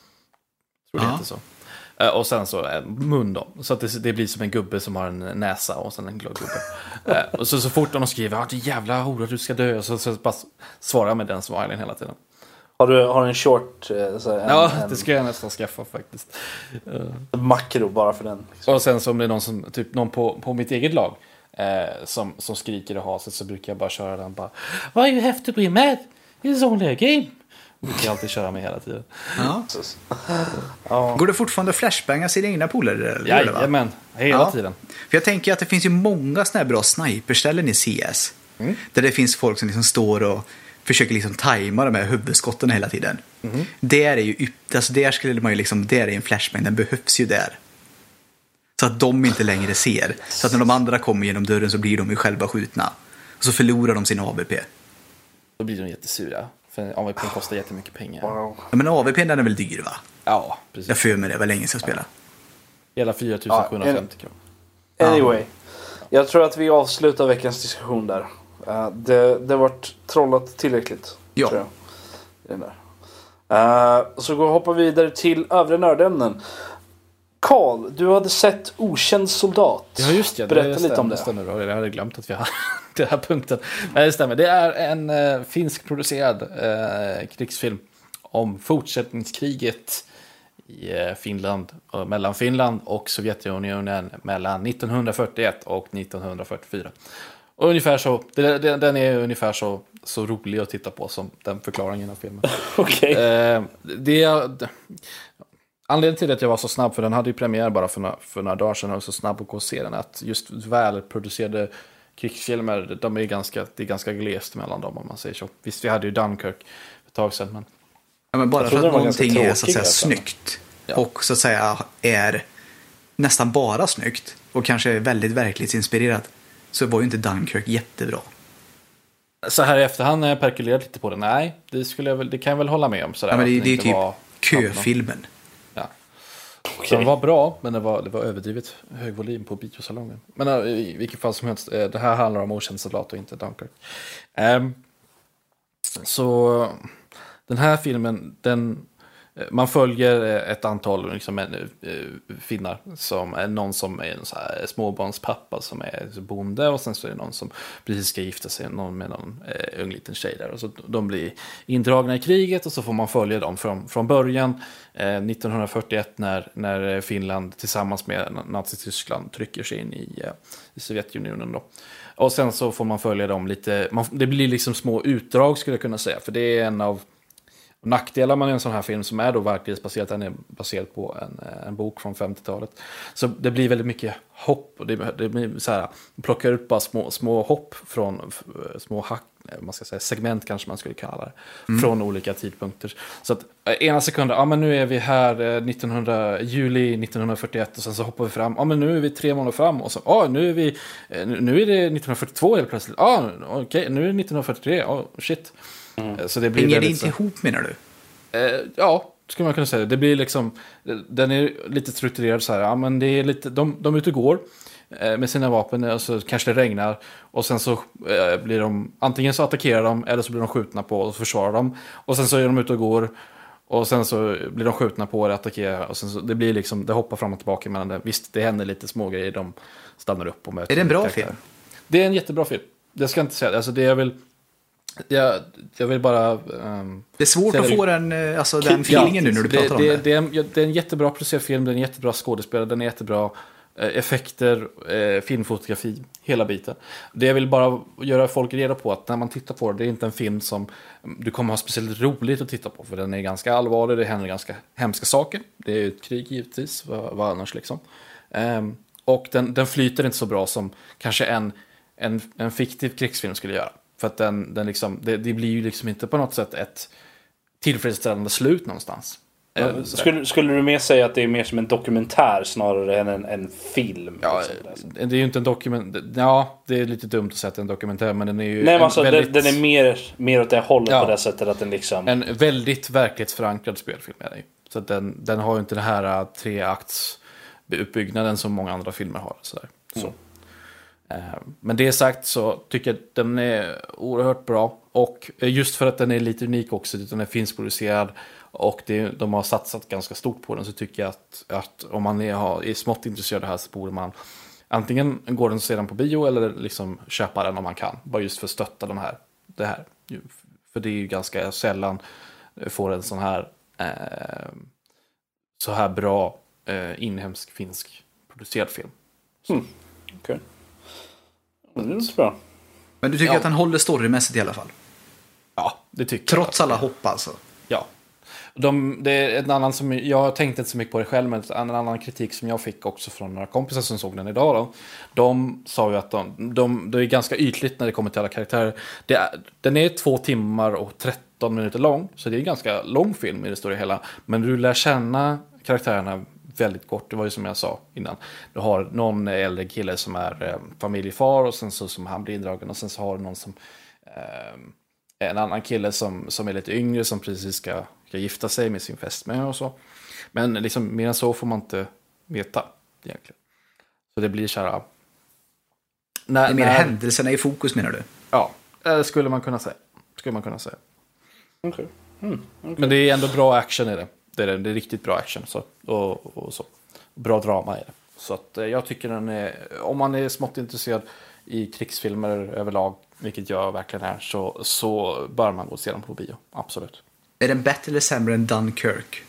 Jag tror det Ja. heter så. Eh, och sen så en mun då, så att det, det blir som en gubbe som har en näsa och sen en glad gubbe. eh, och så, så fort de skriver att ah, jävla hora, du ska dö, så, så bara svarar jag med den smileyn hela tiden. Har du har en short, eh, så en, Ja, en det ska jag nästan skaffa faktiskt. Uh. makro bara för den. Liksom. Och sen så om det är någon som, typ någon på, på mitt eget lag eh, som, som skriker och haset, så brukar jag bara köra den bara Why you have to be mad? It's only a game. Det brukar jag alltid köra med hela tiden. Ja. Ja. Går det fortfarande att flashbanga sina egna polare? eller? Jajamän, hela Ja. tiden. För jag tänker att det finns ju många såna här bra sniperställen i C S. Mm. Där det finns folk som liksom står och försöker liksom tajma de här huvudskotten hela tiden. Mm. Där är ju yp- alltså där skulle man ju liksom, där är en flashbang, den behövs ju där. Så att de inte längre ser. Så att när de andra kommer genom dörren så blir de ju själva skjutna. Och så förlorar de sin A V P. Då blir de jättesura. För A V P kostar jättemycket pengar. Wow. Ja, men A V P den är väl dyr va? Ja, precis. Jag för mig det var länge sedan jag spelade. Hela fyra tusen sjuhundrafemtio kronor. Anyway, jag tror att vi avslutar veckans diskussion där. Uh, det, det har varit trollat tillräckligt. Ja. Tror jag. Den där. Uh, så går hoppar vi vidare till övriga nördämnen. Carl, du hade sett Okänd soldat. Ja just det, Berätta det lite om det. stämmer bra. Jag hade glömt att vi har den här punkten. Nej, det stämmer. Det är en eh, finsk producerad eh, krigsfilm om fortsättningskriget i eh, Finland, och mellan Finland och Sovjetunionen mellan nittonhundrafyrtioett och nittonhundrafyrtiofyra. Och ungefär så, det, det, den är ungefär så, så rolig att titta på som den förklaringen av filmen. Okej. Eh, det är... Anledningen till att jag var så snabb, för den hade ju premiär bara för några, för några dagar sedan, och så snabb att gå och se den, att just välproducerade krigsfilmer, de är ganska, det är ganska glest mellan dem, om man säger så. Visst, vi hade ju Dunkirk för ett tag sedan, men... Ja, men bara Jag för trodde att de var ganska någonting är så att säga tråkiga, snyggt Ja. och så att säga är nästan bara snyggt och kanske är väldigt verklighetsinspirerat, så var ju inte Dunkirk jättebra. Så här i efterhand när jag perkulerat lite på det, nej, det, skulle jag väl, det kan jag väl hålla med om. Sådär, Ja, men det, att det är ju inte typ var- köfilmen. Ja. Okej. Så den var bra, men det var, det var överdrivet hög volym på biosalongen. Men äh, i vilket fall som helst, äh, det här handlar om Okänd soldat och inte Dunkirk. Um, så den här filmen, den, man följer ett antal liksom, äh, finnar, som är någon som är en så här småbarnspappa som är bonde, och sen så är det någon som precis ska gifta sig, någon med någon äh, ung liten tjej där, och så de blir indragna i kriget, och så får man följa dem från, från början eh, nittonhundrafyrtioett när, när Finland tillsammans med Nazityskland trycker sig in i, eh, i Sovjetunionen då. Och sen så får man följa dem lite, man, det blir liksom små utdrag skulle jag kunna säga, för det är en av nackdelar med en sån här film som är då verklighetsbaserad, den är baserad på en, en bok från femtiotalet. Så det blir väldigt mycket hopp, och det, det blir så här, man plockar upp bara små, små hopp från små hack, man ska säga segment kanske man skulle kalla det, mm. från olika tidpunkter. Så att ena sekunden, ja men nu är vi här nittonhundra, juli nittonhundrafyrtioett, och sen så hoppar vi fram, ja men nu är vi tre månader fram, och så, ja nu är vi, nu är det nittonhundrafyrtiotvå helt plötsligt, ja okej, okay, nu är det nittonhundrafyrtiotre, ja shit. Mm. Så det blir Hänger det inte inte ihop menar du? Eh, ja, skulle man kunna säga. Det blir liksom, den är lite strukturerad så här. Ja, men det är lite, de, de är ute och går eh, med sina vapen, och så kanske det regnar, och sen så eh, blir de, antingen så attackerar de, eller så blir de skjutna på och försvarar dem, och sen så är de ute och går, och sen så blir de skjutna på eller attackerar, och sen så det blir liksom, det hoppar fram och tillbaka mellan det. Visst, det händer lite små grejer, de stannar upp och möter. Är det en bra karaktärer. film? Det är en jättebra film. Det ska jag inte säga. Alltså det är väl Jag, jag vill bara... Um, det är svårt att få den, alltså, den feelingen nu när du det, pratar det, om det. Det är, en, det är en jättebra producerad film, det är en jättebra skådespelare, den är jättebra eh, effekter, eh, filmfotografi, hela biten. Det jag vill bara göra folk reda på att när man tittar på det, det är inte en film som du kommer ha speciellt roligt att titta på, för den är ganska allvarlig, det händer ganska hemska saker. Det är ett krig givetvis, vad, vad annars liksom. Um, och den, den flyter inte så bra som kanske en, en, en fiktiv krigsfilm skulle göra. För att den, den liksom, det, det blir ju liksom inte på något sätt ett tillfredsställande slut någonstans. Ja, skulle, skulle du mer säga att det är mer som en dokumentär snarare än en, en film? Ja, liksom? det är ju inte en dokumentär. Ja, det är lite dumt att säga att det är en dokumentär, men den är ju... Nej, men alltså, väldigt, den, den är mer, mer åt det hållet ja, på det sättet att den liksom... En väldigt verklighetsförankrad spelfilm är det. Så att den, den har ju inte den här treaktsuppbyggnaden som många andra filmer har. Sådär. Så. Mm. Men det sagt så tycker jag att den är oerhört bra. Och just för att den är lite unik också, utan den är finskproducerad och det, de har satsat ganska stort på den, så tycker jag att, att om man är, är smått intresserad av det här så borde man antingen gå den sedan på bio eller liksom köpa den om man kan. Bara just för att stötta de här, det här. För det är ju ganska sällan får en sån här eh, så här bra eh, inhemsk finsk producerad film. Mm. Okej. Okay. Det är bra. Men du tycker ja. att han håller storymässigt i alla fall? Ja, det tycker Trots jag. alla hopp alltså? Ja. De, det är en annan som, jag tänkte inte så mycket på det själv, men en annan kritik som jag fick också från några kompisar som såg den idag då, de sa ju att de, de, det är ganska ytligt när det kommer till alla karaktärer. Det är, den är två timmar och tretton minuter lång, så det är en ganska lång film i det stora hela, men du lär känna karaktärerna väldigt kort. Det var ju som jag sa innan. Du har någon äldre kille som är eh, familjefar och sen så som han blir indragen, och sen så har du någon som eh, en annan kille som, som är lite yngre som precis ska, ska gifta sig med sin fästmö och så. Men liksom mer än så får man inte veta egentligen. Så det blir så här... När, det är mer när, händelserna i fokus, menar du? Ja, det skulle man kunna säga. Skulle man kunna säga. Okay. Mm, okay. Men det är ändå bra action i det. Det är, det är riktigt bra action så, och, och så. Bra drama i det. Så att jag tycker den är, om man är smått intresserad i krigsfilmer överlag, vilket jag verkligen är, så, så bör man gå och se den på bio. Absolut. Är den bättre eller sämre än Dunkirk?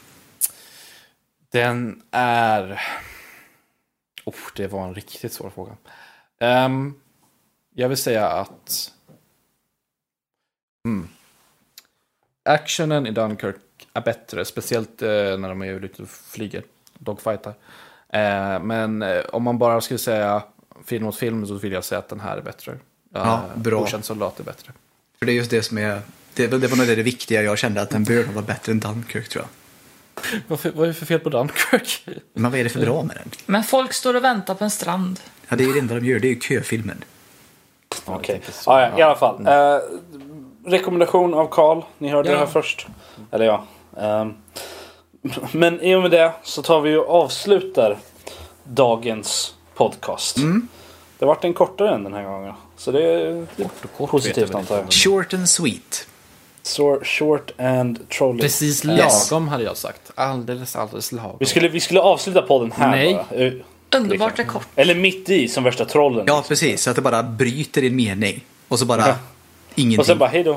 Den är... Oh, det var en riktigt svår fråga. Um, jag vill säga att... Mm. Actionen i Dunkirk är bättre, speciellt eh, när de är ute och flyger, dogfightar. Eh, men eh, om man bara skulle säga film mot film, så vill jag säga att den här är bättre. Eh, ja, bra. Okänd soldat är bättre. För det är just det som är, det, det var nog det, det viktiga. Jag kände att den bör vara bättre än Dunkirk, tror jag. Vad, vad är det för fel på Dunkirk? Men vad är det för bra med den? Men folk står och väntar på en strand. Ja, det är det enda de gör, det är ju köfilmen. Okej, okay. ah, ja, i alla fall. Mm. Eh, rekommendation av Carl. Ni hörde ja. det här först. Eller ja. Um, men i och med det så tar vi och avslutar dagens podcast. Mm. Det har varit en kortare än den här gången. Så det är kort och kort, positivt, antar jag. Short and sweet. So, short and trolling. Precis lagom, yes. Hade jag sagt. Alldeles, alldeles lagom. Vi skulle, vi skulle avsluta podden här. Nej. Bara. Underbart är kort. Eller mitt i, som värsta trollen. Ja, precis. Så att det bara bryter i en mening. Och så bara ja. Ingenting. Och sen bara, hej då.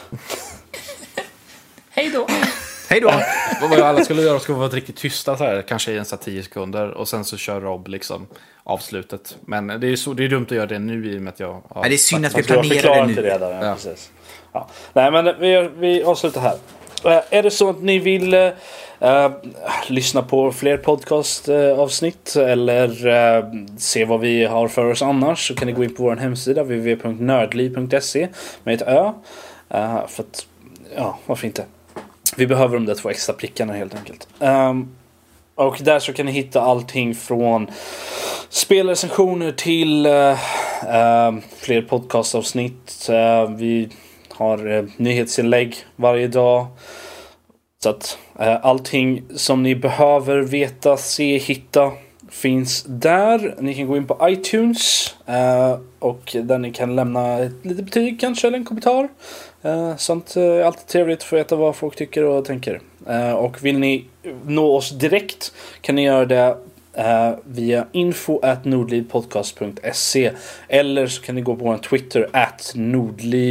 Hej då. Hej då. Vad alla skulle göra skulle vara riktigt tysta så här, kanske i en tio sekunder, och sen så kör Rob liksom avslutet. Men det är så det är dumt att göra det nu i och med att jag har... Nej, det är synd att vi planerar planerar det nu. Det redan, ja, ja. Precis. Ja. Nej, men vi, vi avslutar här. Uh, är det så att ni vill uh, uh, lyssna på fler podcastavsnitt uh, eller uh, se vad vi har för oss annars, så kan ni gå in på vår hemsida w w w punkt nördliv punkt se med ett ö. Uh, för att, ja, varför inte? Vi behöver de där två extra prickarna helt enkelt. Um, och där så kan ni hitta allting från spelrecensioner till uh, uh, fler podcastavsnitt. Uh, vi har uh, nyhetsinlägg varje dag. Så att uh, allting som ni behöver veta, se, hitta finns där. Ni kan gå in på iTunes uh, och där ni kan lämna ett litet betyg kanske, eller en kommentar. Uh, sånt är uh, alltid trevligt för att veta vad folk tycker och tänker. Uh, och vill ni nå oss direkt kan ni göra det uh, via info at nordlivpodcast punkt se, eller så kan ni gå på vår Twitter at nordliv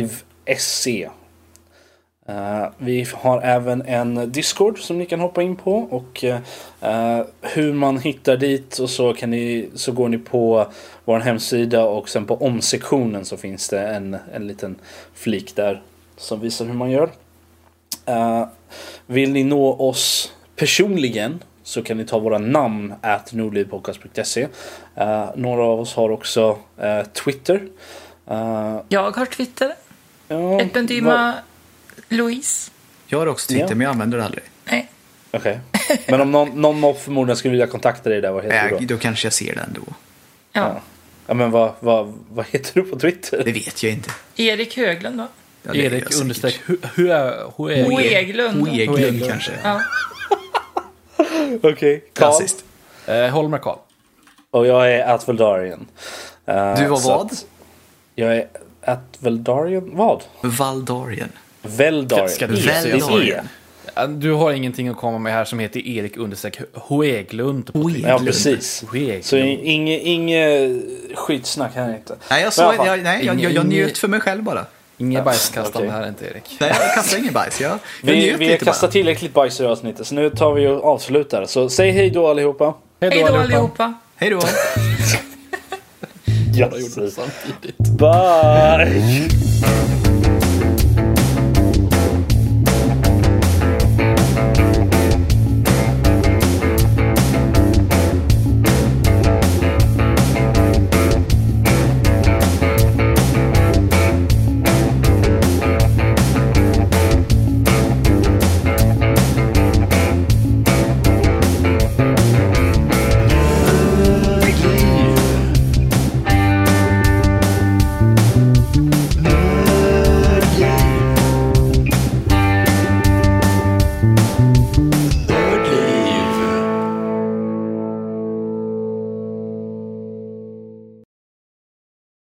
se. Uh, vi har även en Discord som ni kan hoppa in på, och uh, hur man hittar dit och så kan ni, så går ni på vår hemsida, och sen på omsektionen så finns det en, en liten flik där som visar hur man gör. Uh, vill ni nå oss personligen så kan ni ta våra namn at nordlivpodcast punkt se. Uh, några av oss har också uh, Twitter. Uh, Jag har Twitter. ja, Ependyma Louise. Jag har också Twitter, Ja. men jag använder det aldrig. Nej. Okej. Men om någon, någon mobb förmodligen skulle vilja kontakta dig där, vad heter Äh, du då? då kanske jag ser det ändå. Ja. Ja, men vad, vad, vad heter du på Twitter? Det vet jag inte. Erik Höglund då? Ja, det är jag Erik säkert. understreck hu- hu- hu- hu- Hoeglund. Hoeglund Hoeglund. kanske. Ja. Okej, okay. Klassiskt. Eh, Holmer Karl. Och jag är at Veldarian. Uh, Du var så vad? att Jag är at Veldarian. Vad? Valdarian. Veldarian. Ska du E, säga det är så? E. Ja, Du har ingenting att komma med här som heter Erik understreck Hoeglund. på Twitter. Ja, precis. Hoeglund. Så inget inge skitsnack här inte. Nej, jag, Men så, i alla fall, jag, nej, jag, jag, jag ingen- njöt för mig själv bara. Inget bajskastande okej. här inte, Erik. Nej, jag kastar ingen bajs. Jag, jag Vi, njöt vi har lite kastat bara. tillräckligt bajs i avsnittet, så nu tar vi och avslutar. Så säg hej då allihopa. Hej då allihopa. Hej då. Ja, Båda gjorde det samtidigt. bye!